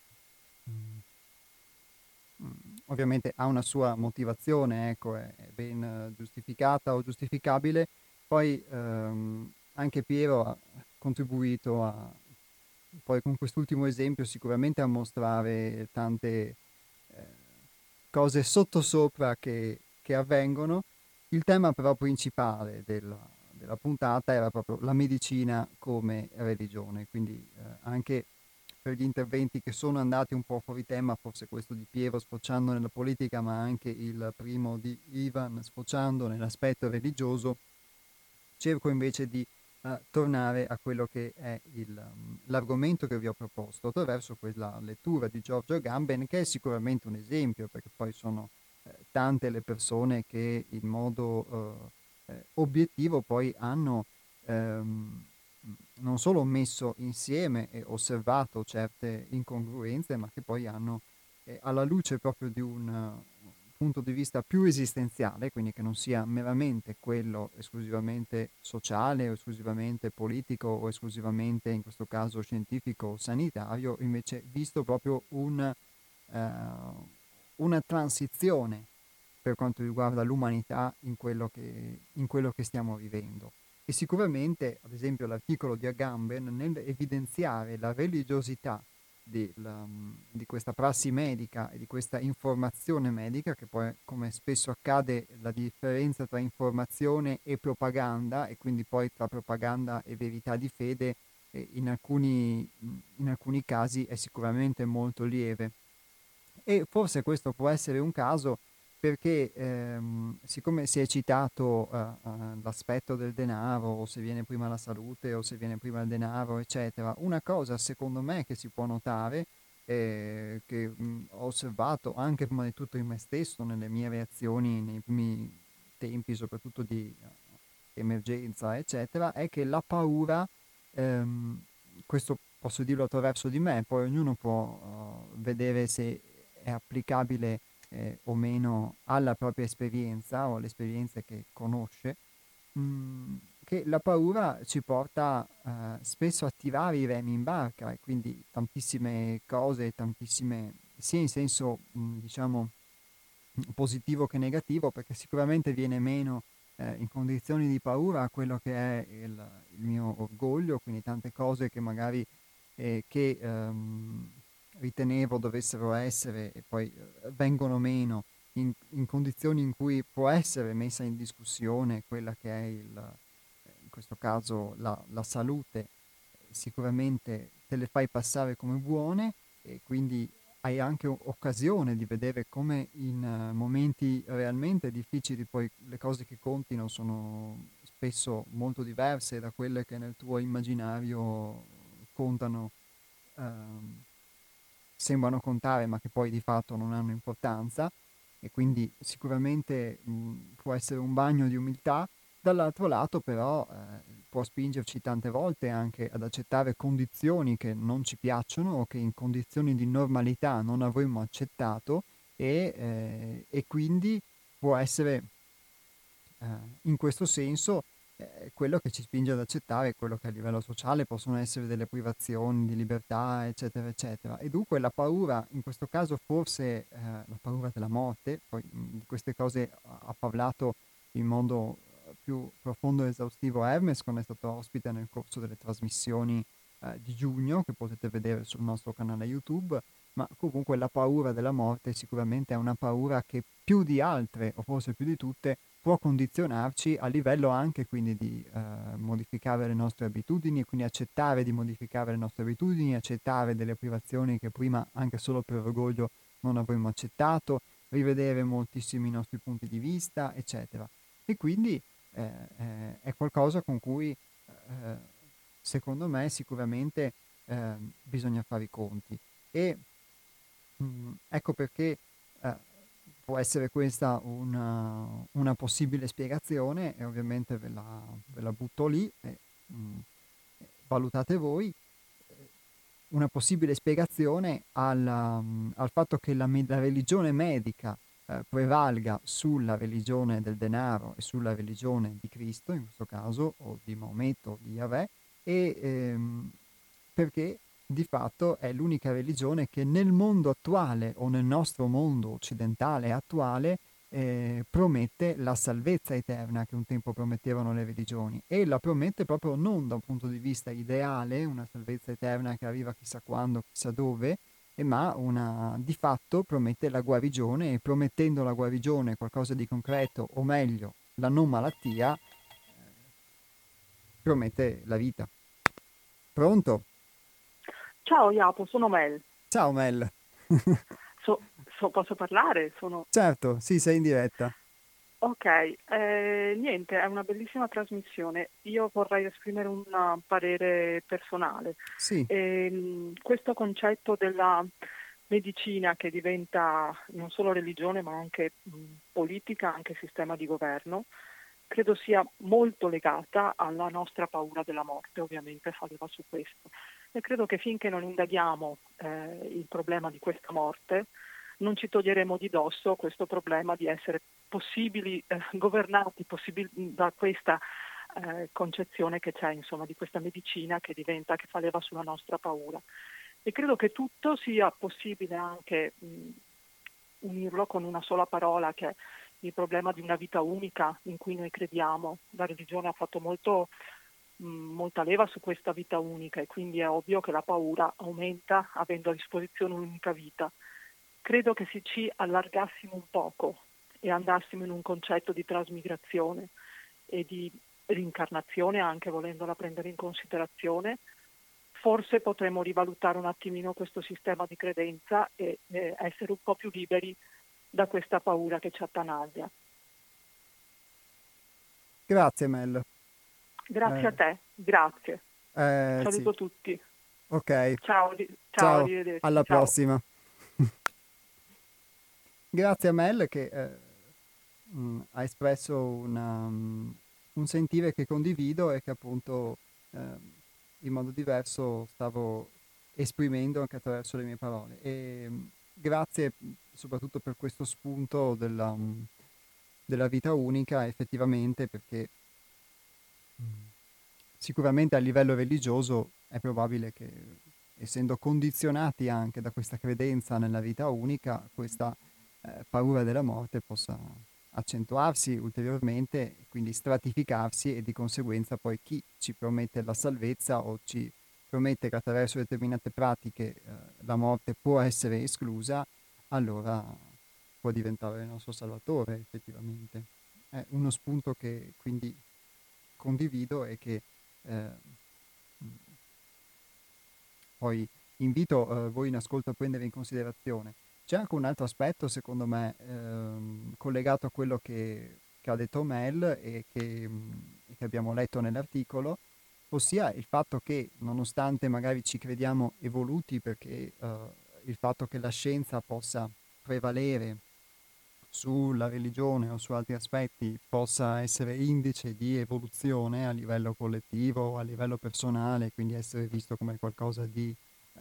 ovviamente ha una sua motivazione, ecco, è ben giustificata o giustificabile. Poi anche Piero ha contribuito poi con quest'ultimo esempio sicuramente a mostrare tante cose sottosopra che avvengono. Il tema però principale della puntata era proprio la medicina come religione, quindi anche per gli interventi che sono andati un po' fuori tema, forse questo di Piero sfociando nella politica, ma anche il primo di Ivan sfociando nell'aspetto religioso, cerco invece di tornare a quello che è l'argomento che vi ho proposto attraverso quella lettura di Giorgio Agamben, che è sicuramente un esempio, perché poi sono tante le persone che in modo obiettivo poi hanno non solo messo insieme e osservato certe incongruenze, ma che poi hanno, alla luce proprio di un punto di vista più esistenziale, quindi che non sia meramente quello esclusivamente sociale o esclusivamente politico o esclusivamente in questo caso scientifico o sanitario, invece visto proprio una transizione per quanto riguarda l'umanità in quello che stiamo vivendo. E sicuramente, ad esempio, l'articolo di Agamben nel evidenziare la religiosità di questa prassi medica e di questa informazione medica, che poi, come spesso accade, la differenza tra informazione e propaganda, e quindi poi tra propaganda e verità di fede, in alcuni casi è sicuramente molto lieve. E forse questo può essere un caso perché siccome si è citato l'aspetto del denaro, o se viene prima la salute o se viene prima il denaro, eccetera, una cosa secondo me che si può notare, che ho osservato anche prima di tutto in me stesso, nelle mie reazioni nei primi tempi, soprattutto di emergenza, eccetera, è che la paura, questo posso dirlo attraverso di me, poi ognuno può vedere se è applicabile o meno alla propria esperienza o alle esperienze che conosce, che la paura ci porta spesso a tirare i remi in barca, e quindi tantissime cose, sia in senso diciamo positivo che negativo, perché sicuramente viene meno in condizioni di paura a quello che è il mio orgoglio, quindi tante cose che magari ritenevo dovessero essere e poi vengono meno in condizioni in cui può essere messa in discussione quella che è in questo caso la salute. Sicuramente te le fai passare come buone e quindi hai anche occasione di vedere come in momenti realmente difficili poi le cose che contino sono spesso molto diverse da quelle che nel tuo immaginario contano, sembrano contare ma che poi di fatto non hanno importanza, e quindi sicuramente può essere un bagno di umiltà. Dall'altro lato però può spingerci tante volte anche ad accettare condizioni che non ci piacciono o che in condizioni di normalità non avremmo accettato, e quindi può essere in questo senso quello che ci spinge ad accettare quello che a livello sociale possono essere delle privazioni di libertà, eccetera, eccetera. E dunque la paura, in questo caso forse la paura della morte, poi di queste cose ha parlato in modo più profondo e esaustivo Hermes, quando è stato ospite nel corso delle trasmissioni di giugno, che potete vedere sul nostro canale YouTube, ma comunque la paura della morte sicuramente è una paura che più di altre, o forse più di tutte, può condizionarci a livello anche quindi di modificare le nostre abitudini, quindi accettare di modificare le nostre abitudini, accettare delle privazioni che prima anche solo per orgoglio non avremmo accettato, rivedere moltissimi nostri punti di vista, eccetera. E quindi è qualcosa con cui secondo me sicuramente bisogna fare i conti. E ecco perché può essere questa una possibile spiegazione e ovviamente ve la butto lì e valutate voi. Una possibile spiegazione al fatto che la religione medica prevalga sulla religione del denaro e sulla religione di Cristo, in questo caso, o di Maometto o di Yahweh, e perché di fatto è l'unica religione che nel mondo attuale o nel nostro mondo occidentale attuale promette la salvezza eterna che un tempo promettevano le religioni, e la promette proprio non da un punto di vista ideale, una salvezza eterna che arriva chissà quando, chissà dove, ma di fatto promette la guarigione, e promettendo la guarigione, qualcosa di concreto, o meglio la non malattia, promette la vita. Pronto? Ciao Iapo, sono Mel. Ciao Mel. Posso parlare? Certo, sì, sei in diretta. Ok, niente, è una bellissima trasmissione. Io vorrei esprimere un parere personale. Sì. Questo concetto della medicina che diventa non solo religione ma anche politica, anche sistema di governo, credo sia molto legata alla nostra paura della morte, ovviamente fa leva su questo. E credo che finché non indaghiamo il problema di questa morte, non ci toglieremo di dosso questo problema di essere possibili governati da questa concezione che c'è, insomma, di questa medicina che fa leva sulla nostra paura. E credo che tutto sia possibile anche unirlo con una sola parola, che è il problema di una vita unica in cui noi crediamo. La religione ha fatto molta leva su questa vita unica, e quindi è ovvio che la paura aumenta avendo a disposizione un'unica vita. Credo che se ci allargassimo un poco e andassimo in un concetto di trasmigrazione e di rincarnazione, anche volendola prendere in considerazione, forse potremmo rivalutare un attimino questo sistema di credenza e essere un po' più liberi da questa paura che ci attanaglia. Grazie Mel. Grazie a te, grazie. Saluto sì. Tutti. Ok. Ciao, arrivederci. Alla ciao. prossima. Grazie a Mel che ha espresso un sentire che condivido e che appunto in modo diverso stavo esprimendo anche attraverso le mie parole. E grazie soprattutto per questo spunto della vita unica, effettivamente, perché sicuramente a livello religioso è probabile che, essendo condizionati anche da questa credenza nella vita unica, questa paura della morte possa accentuarsi ulteriormente, quindi stratificarsi, e di conseguenza poi chi ci promette la salvezza o ci promette che attraverso determinate pratiche la morte può essere esclusa, allora può diventare il nostro salvatore, effettivamente. È uno spunto che quindi condivido e che poi invito voi in ascolto a prendere in considerazione. C'è anche un altro aspetto, secondo me, collegato a quello che ha detto Mel e che abbiamo letto nell'articolo, ossia il fatto che, nonostante magari ci crediamo evoluti, perché il fatto che la scienza possa prevalere sulla religione o su altri aspetti possa essere indice di evoluzione a livello collettivo o a livello personale, quindi essere visto come qualcosa di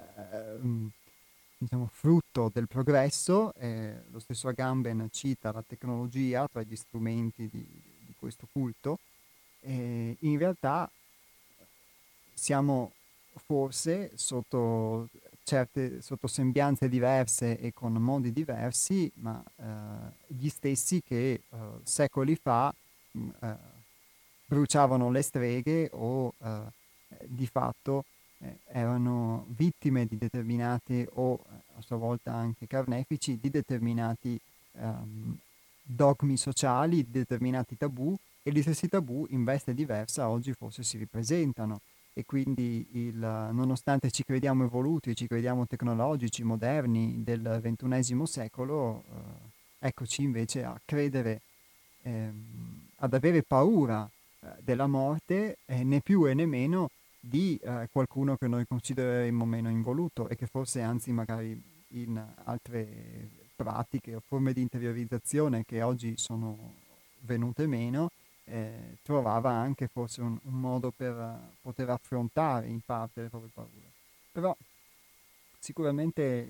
diciamo frutto del progresso. Lo stesso Agamben cita la tecnologia tra gli strumenti di questo culto, in realtà siamo forse sotto sembianze diverse e con modi diversi, ma gli stessi che secoli fa bruciavano le streghe o di fatto erano vittime di determinate o a sua volta anche carnefici di determinati dogmi sociali, di determinati tabù, e gli stessi tabù in veste diversa oggi forse si ripresentano. E quindi nonostante ci crediamo evoluti, ci crediamo tecnologici, moderni del XXI secolo, eccoci invece a credere, ad avere paura della morte, né più e né meno di qualcuno che noi considereremmo meno involuto e che forse anzi magari in altre pratiche o forme di interiorizzazione che oggi sono venute meno, trovava anche forse un modo per poter affrontare in parte le proprie paure. Però sicuramente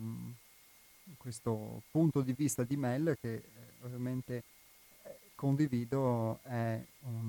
questo punto di vista di Mel, che ovviamente condivido, è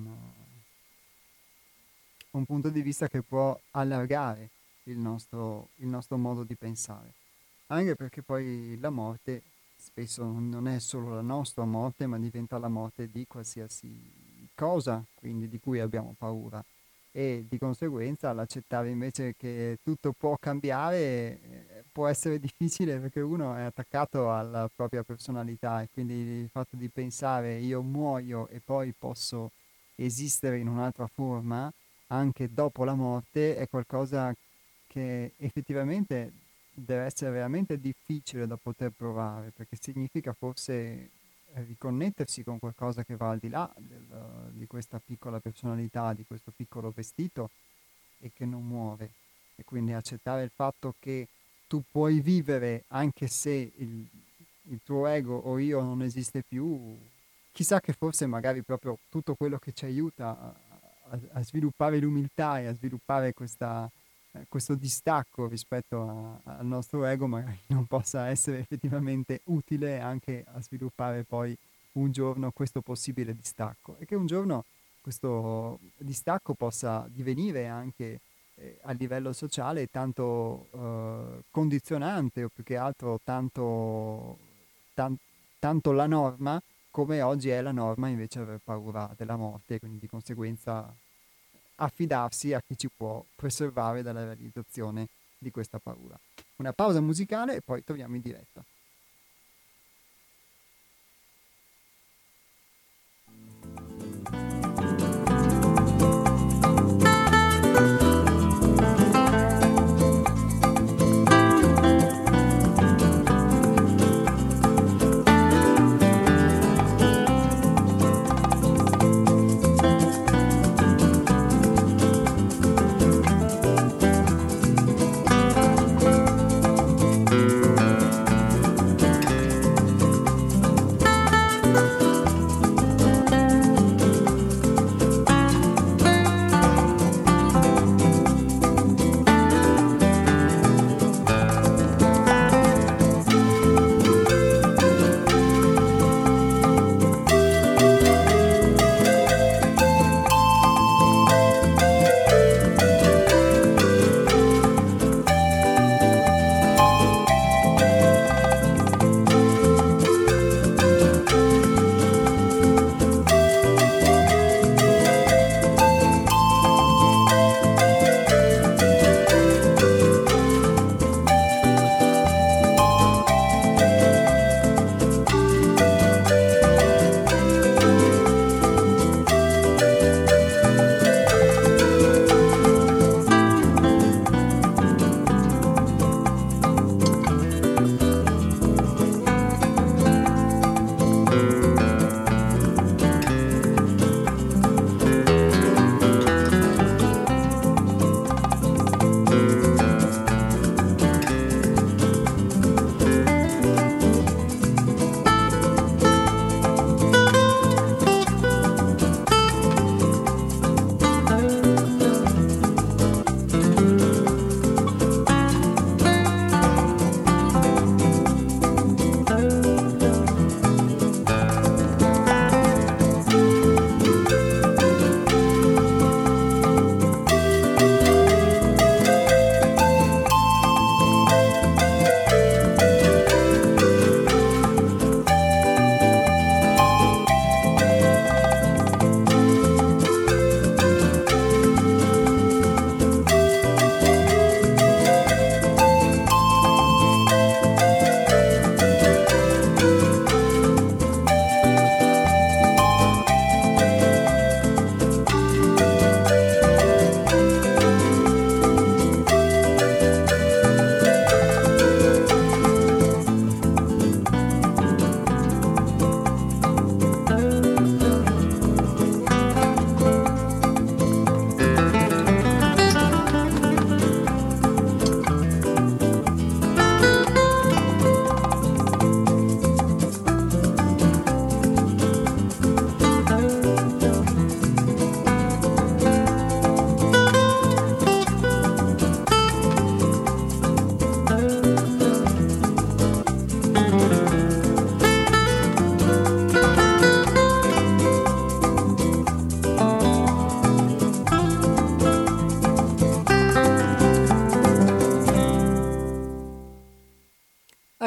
un punto di vista che può allargare il nostro modo di pensare, anche perché poi la morte spesso non è solo la nostra morte, ma diventa la morte di qualsiasi cosa, quindi di cui abbiamo paura, e di conseguenza l'accettare invece che tutto può cambiare può essere difficile, perché uno è attaccato alla propria personalità, e quindi il fatto di pensare io muoio e poi posso esistere in un'altra forma anche dopo la morte è qualcosa che effettivamente deve essere veramente difficile da poter provare, perché significa forse riconnettersi con qualcosa che va al di là di questa piccola personalità, di questo piccolo vestito, e che non muore. E quindi accettare il fatto che tu puoi vivere anche se il tuo ego o io non esiste più. Chissà che forse magari proprio tutto quello che ci aiuta a sviluppare l'umiltà e a sviluppare questo distacco rispetto al nostro ego magari non possa essere effettivamente utile anche a sviluppare poi un giorno questo possibile distacco, e che un giorno questo distacco possa divenire anche a livello sociale tanto condizionante, o più che altro tanto la norma, come oggi è la norma invece aver paura della morte, e quindi di conseguenza affidarsi a chi ci può preservare dalla realizzazione di questa paura. Una pausa musicale e poi torniamo in diretta.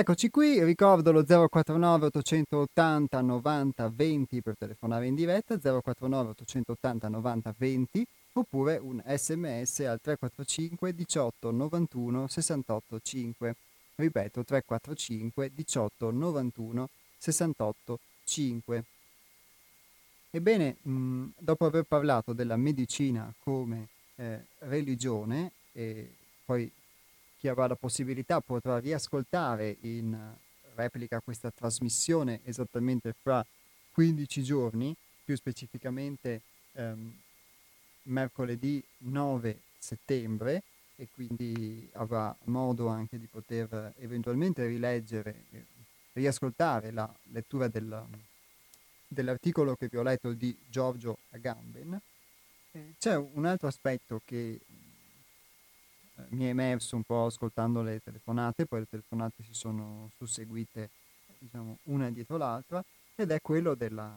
Eccoci qui, ricordo lo 049 880 90 20 per telefonare in diretta, 049 880 90 20, oppure un sms al 345 18 91 68 5. Ripeto, 345 18 91 68 5. Ebbene, dopo aver parlato della medicina come religione, e poi chi avrà la possibilità potrà riascoltare in replica questa trasmissione esattamente fra 15 giorni, più specificamente mercoledì 9 settembre, e quindi avrà modo anche di poter eventualmente rileggere, riascoltare la lettura dell'articolo che vi ho letto di Giorgio Agamben. C'è un altro aspetto che mi è emerso un po' ascoltando le telefonate, poi le telefonate si sono susseguite, diciamo, una dietro l'altra, ed è quello della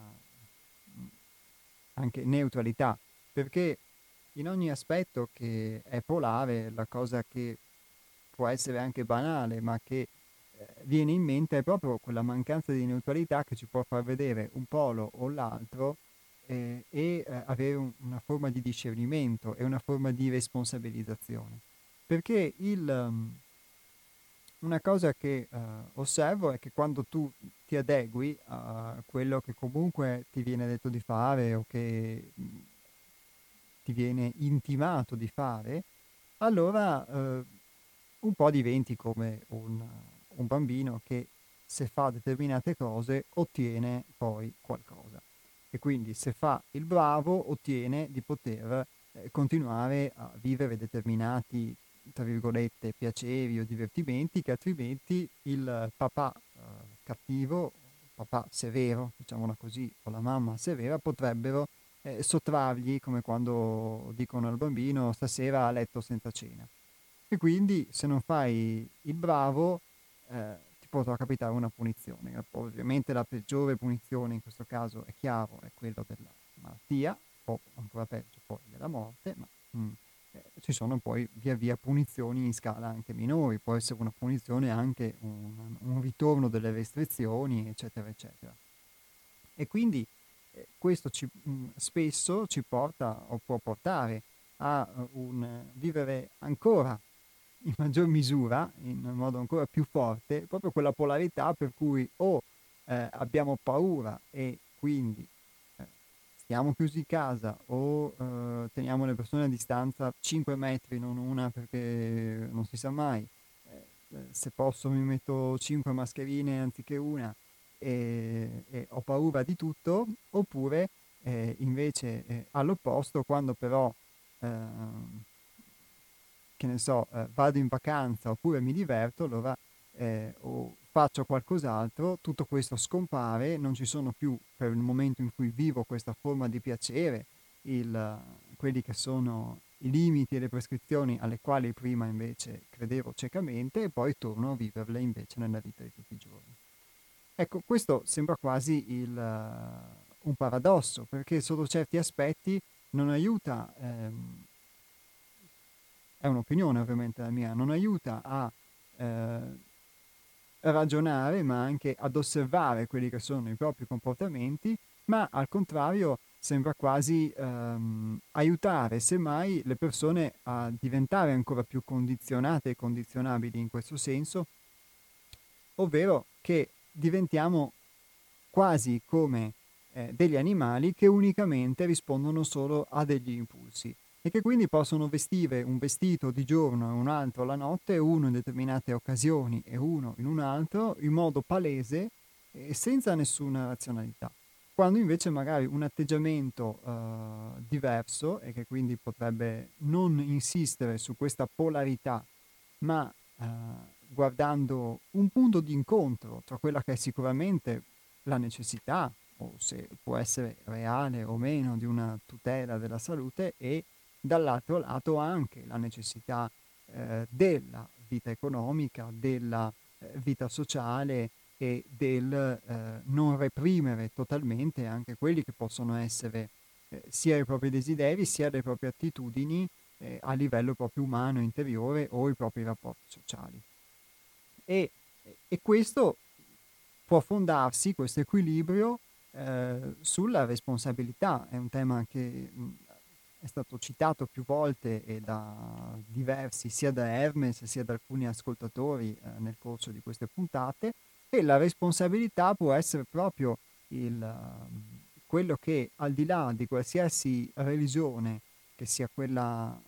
anche neutralità, perché in ogni aspetto che è polare, la cosa che può essere anche banale, ma che viene in mente è proprio quella mancanza di neutralità che ci può far vedere un polo o l'altro e avere una forma di discernimento e una forma di responsabilizzazione. Perché una cosa che osservo è che quando tu ti adegui a quello che comunque ti viene detto di fare o che ti viene intimato di fare, allora un po' diventi come un bambino che, se fa determinate cose, ottiene poi qualcosa. E quindi se fa il bravo ottiene di poter continuare a vivere determinati, tra virgolette, piaceri o divertimenti che altrimenti il papà cattivo, papà severo, diciamola così, o la mamma severa potrebbero sottrargli, come quando dicono al bambino stasera a letto senza cena. E quindi se non fai il bravo ti potrà capitare una punizione. Ovviamente la peggiore punizione in questo caso, è chiaro, è quella della malattia, o ancora peggio poi della morte, ma ci sono poi via via punizioni in scala anche minori, può essere una punizione anche un ritorno delle restrizioni, eccetera, eccetera. E quindi questo spesso ci porta o può portare a un vivere ancora in maggior misura, in modo ancora più forte, proprio quella polarità per cui o abbiamo paura e quindi stiamo chiusi in casa o teniamo le persone a distanza 5 metri, non una, perché non si sa mai. Se posso mi metto 5 mascherine anziché una e ho paura di tutto, oppure invece all'opposto, quando però che ne so, vado in vacanza oppure mi diverto, allora o faccio qualcos'altro, tutto questo scompare, non ci sono più, per il momento in cui vivo questa forma di piacere, quelli che sono i limiti e le prescrizioni alle quali prima invece credevo ciecamente, e poi torno a viverle invece nella vita di tutti i giorni. Ecco, questo sembra quasi un paradosso, perché sotto certi aspetti non aiuta, è un'opinione ovviamente la mia, non aiuta a ragionare, ma anche ad osservare quelli che sono i propri comportamenti, ma al contrario sembra quasi aiutare semmai le persone a diventare ancora più condizionate e condizionabili in questo senso, ovvero che diventiamo quasi come degli animali che unicamente rispondono solo a degli impulsi, e che quindi possono vestire un vestito di giorno e un altro la notte, uno in determinate occasioni e uno in un altro, in modo palese e senza nessuna razionalità. Quando invece magari un atteggiamento diverso, e che quindi potrebbe non insistere su questa polarità, ma guardando un punto di incontro tra quella che è sicuramente la necessità, o se può essere reale o meno, di una tutela della salute, e dall'altro lato anche la necessità della vita economica, della vita sociale e del non reprimere totalmente anche quelli che possono essere sia i propri desideri sia le proprie attitudini a livello proprio umano, interiore, o i propri rapporti sociali. E E questo può fondarsi, questo equilibrio, sulla responsabilità. È un tema che è stato citato più volte e da diversi, sia da Hermes sia da alcuni ascoltatori nel corso di queste puntate, e la responsabilità può essere proprio quello che, al di là di qualsiasi religione, che sia quella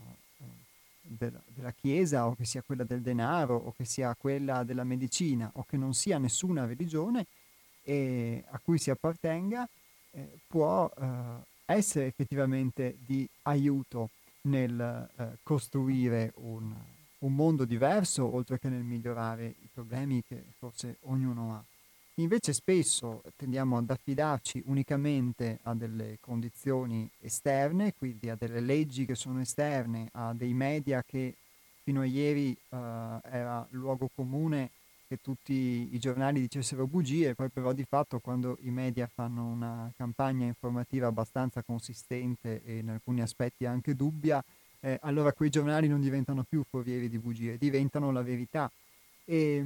della Chiesa, o che sia quella del denaro, o che sia quella della medicina, o che non sia nessuna religione a cui si appartenga, può essere effettivamente di aiuto nel costruire un mondo diverso, oltre che nel migliorare i problemi che forse ognuno ha. Invece spesso tendiamo ad affidarci unicamente a delle condizioni esterne, quindi a delle leggi che sono esterne, a dei media che fino a ieri era luogo comune che tutti i giornali dicessero bugie, poi però di fatto quando i media fanno una campagna informativa abbastanza consistente e in alcuni aspetti anche dubbia, allora quei giornali non diventano più forieri di bugie, diventano la verità. E,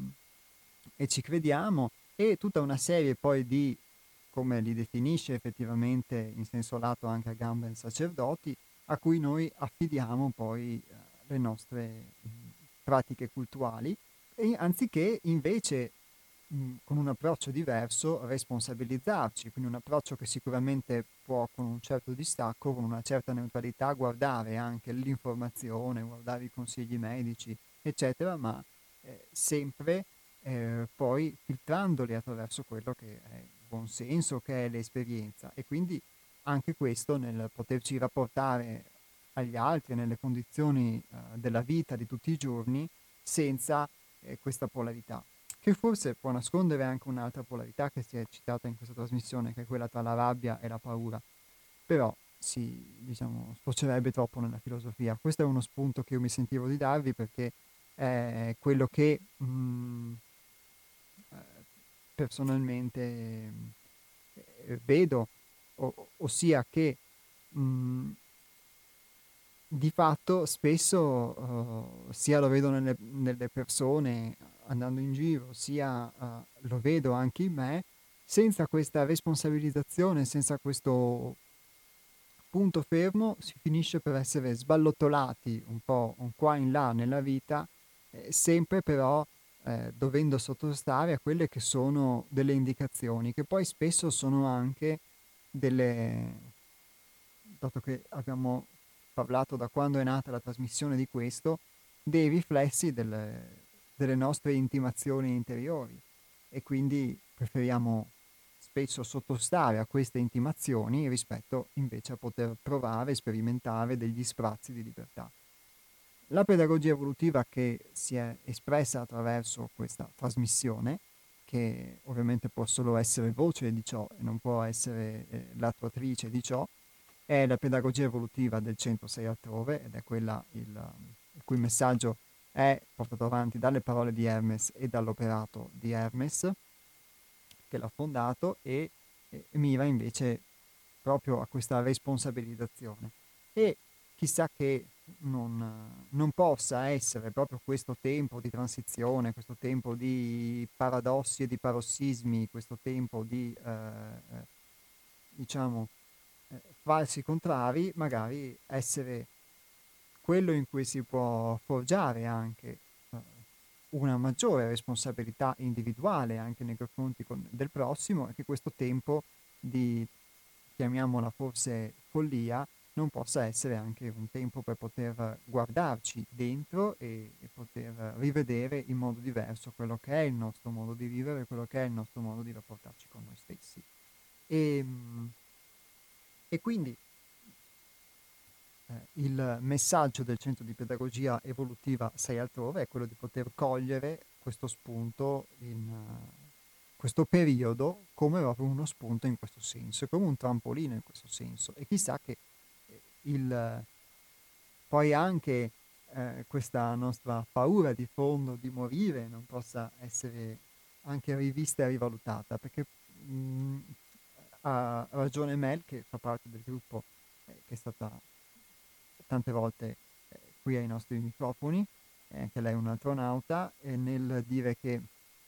e ci crediamo, e tutta una serie poi di, come li definisce effettivamente in senso lato anche Agamben, sacerdoti, a cui noi affidiamo poi le nostre pratiche cultuali, e anziché invece con un approccio diverso responsabilizzarci, quindi un approccio che sicuramente può con un certo distacco, con una certa neutralità, guardare anche l'informazione, guardare i consigli medici, eccetera, ma sempre poi filtrandoli attraverso quello che è il buon senso, che è l'esperienza, e quindi anche questo nel poterci rapportare agli altri, nelle condizioni della vita di tutti i giorni, senza questa polarità, che forse può nascondere anche un'altra polarità che si è citata in questa trasmissione, che è quella tra la rabbia e la paura, però diciamo, sfocerebbe troppo nella filosofia. Questo è uno spunto che io mi sentivo di darvi, perché è quello che personalmente vedo, ossia che di fatto spesso sia lo vedo nelle persone andando in giro, sia lo vedo anche in me, senza questa responsabilizzazione, senza questo punto fermo, si finisce per essere sballottolati un po' un qua in là nella vita, sempre però dovendo sottostare a quelle che sono delle indicazioni, che poi spesso sono anche dato che abbiamo parlato da quando è nata la trasmissione di questo, dei riflessi delle nostre intimazioni interiori, e quindi preferiamo spesso sottostare a queste intimazioni rispetto invece a poter provare, sperimentare degli sprazzi di libertà. La pedagogia evolutiva che si è espressa attraverso questa trasmissione, che ovviamente può solo essere voce di ciò e non può essere l'attuatrice di ciò, è la pedagogia evolutiva del Centro 6 altrove, ed è quella il cui messaggio è portato avanti dalle parole di Hermes e dall'operato di Hermes, che l'ha fondato, e mira invece proprio a questa responsabilizzazione. E chissà che non possa essere proprio questo tempo di transizione, questo tempo di paradossi e di parossismi, questo tempo di, diciamo, falsi contrari, magari essere quello in cui si può forgiare anche una maggiore responsabilità individuale anche nei confronti del prossimo, e che questo tempo di, chiamiamola forse follia, non possa essere anche un tempo per poter guardarci dentro e poter rivedere in modo diverso quello che è il nostro modo di vivere, quello che è il nostro modo di rapportarci con noi stessi. E quindi il messaggio del Centro di Pedagogia Evolutiva 6 altrove è quello di poter cogliere questo spunto in questo periodo come proprio uno spunto in questo senso, come un trampolino in questo senso, e chissà che poi anche questa nostra paura di fondo di morire non possa essere anche rivista e rivalutata, perché ha ragione Mel, che fa parte del gruppo che è stata tante volte qui ai nostri microfoni, anche lei un astronauta, nel dire che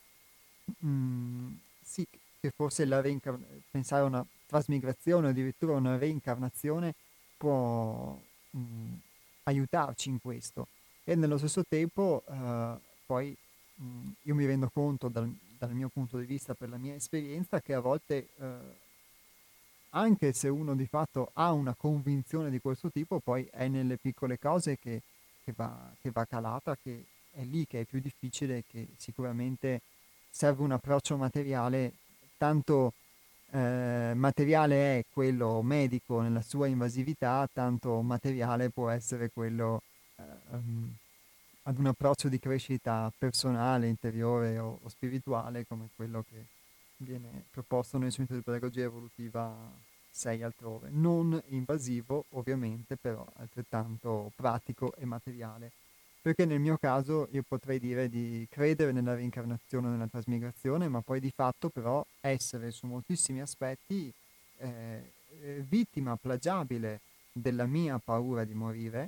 sì, che forse pensare a una trasmigrazione o addirittura una reincarnazione può aiutarci in questo. E nello stesso tempo poi io mi rendo conto dal mio punto di vista, per la mia esperienza, che a volte anche se uno di fatto ha una convinzione di questo tipo, poi è nelle piccole cose che va calata, che è lì che è più difficile, che sicuramente serve un approccio materiale. Tanto materiale è quello medico nella sua invasività, tanto materiale può essere quello ad un approccio di crescita personale, interiore o spirituale, come quello che viene proposto nel centro di pedagogia evolutiva 6 altrove. Non invasivo, ovviamente, però altrettanto pratico e materiale. Perché nel mio caso io potrei dire di credere nella reincarnazione o nella trasmigrazione, ma poi di fatto però essere su moltissimi aspetti vittima plagiabile della mia paura di morire,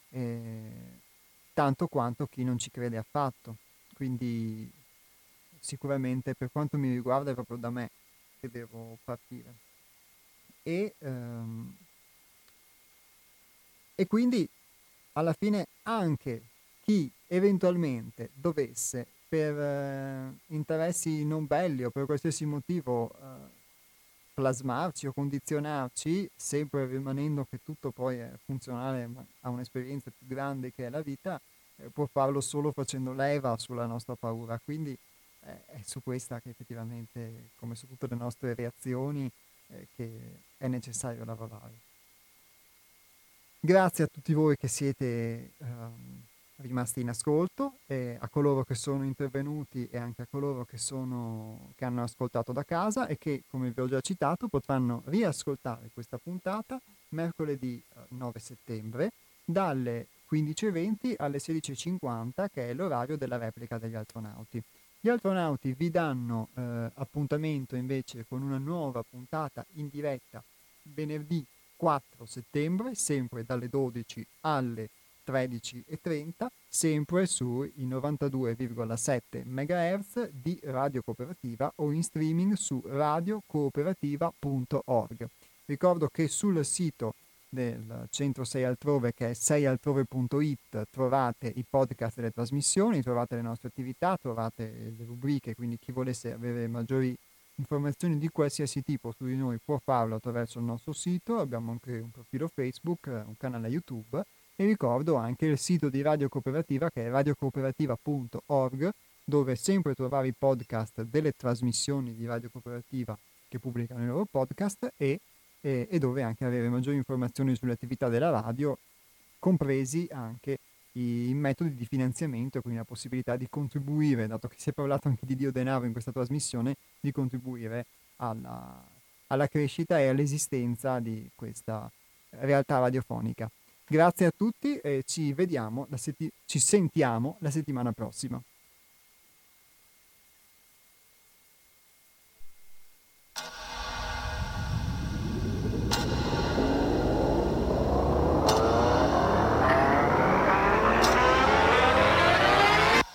tanto quanto chi non ci crede affatto. Quindi sicuramente per quanto mi riguarda è proprio da me che devo partire. E quindi alla fine anche chi eventualmente dovesse per interessi non belli o per qualsiasi motivo plasmarci o condizionarci, sempre rimanendo che tutto poi è funzionale ma ha un'esperienza più grande che è la vita, può farlo solo facendo leva sulla nostra paura. Quindi è su questa che effettivamente, come su tutte le nostre reazioni, che è necessario lavorare. Grazie a tutti voi che siete rimasti in ascolto, e a coloro che sono intervenuti e anche a coloro che hanno ascoltato da casa e che, come vi ho già citato, potranno riascoltare questa puntata mercoledì 9 settembre dalle 15:20 alle 16:50, che è l'orario della replica degli astronauti. Gli astronauti vi danno appuntamento invece con una nuova puntata in diretta venerdì 4 settembre, sempre dalle 12 alle 13:30, sempre sui 92,7 MHz di Radio Cooperativa o in streaming su radiocooperativa.org. Ricordo che sul sito del Centro 6 Altrove, che è 6altrove.it, trovate i podcast delle trasmissioni, trovate le nostre attività, trovate le rubriche, quindi chi volesse avere maggiori informazioni di qualsiasi tipo su di noi può farlo attraverso il nostro sito. Abbiamo anche un profilo Facebook, un canale YouTube, e ricordo anche il sito di Radio Cooperativa, che è radiocooperativa.org, dove sempre trovare i podcast delle trasmissioni di Radio Cooperativa che pubblicano i loro podcast e dove anche avere maggiori informazioni sulle attività della radio, compresi anche i metodi di finanziamento, quindi la possibilità di contribuire, dato che si è parlato anche di Dio denaro in questa trasmissione, di contribuire alla crescita e all'esistenza di questa realtà radiofonica. Grazie a tutti e ci sentiamo la settimana prossima.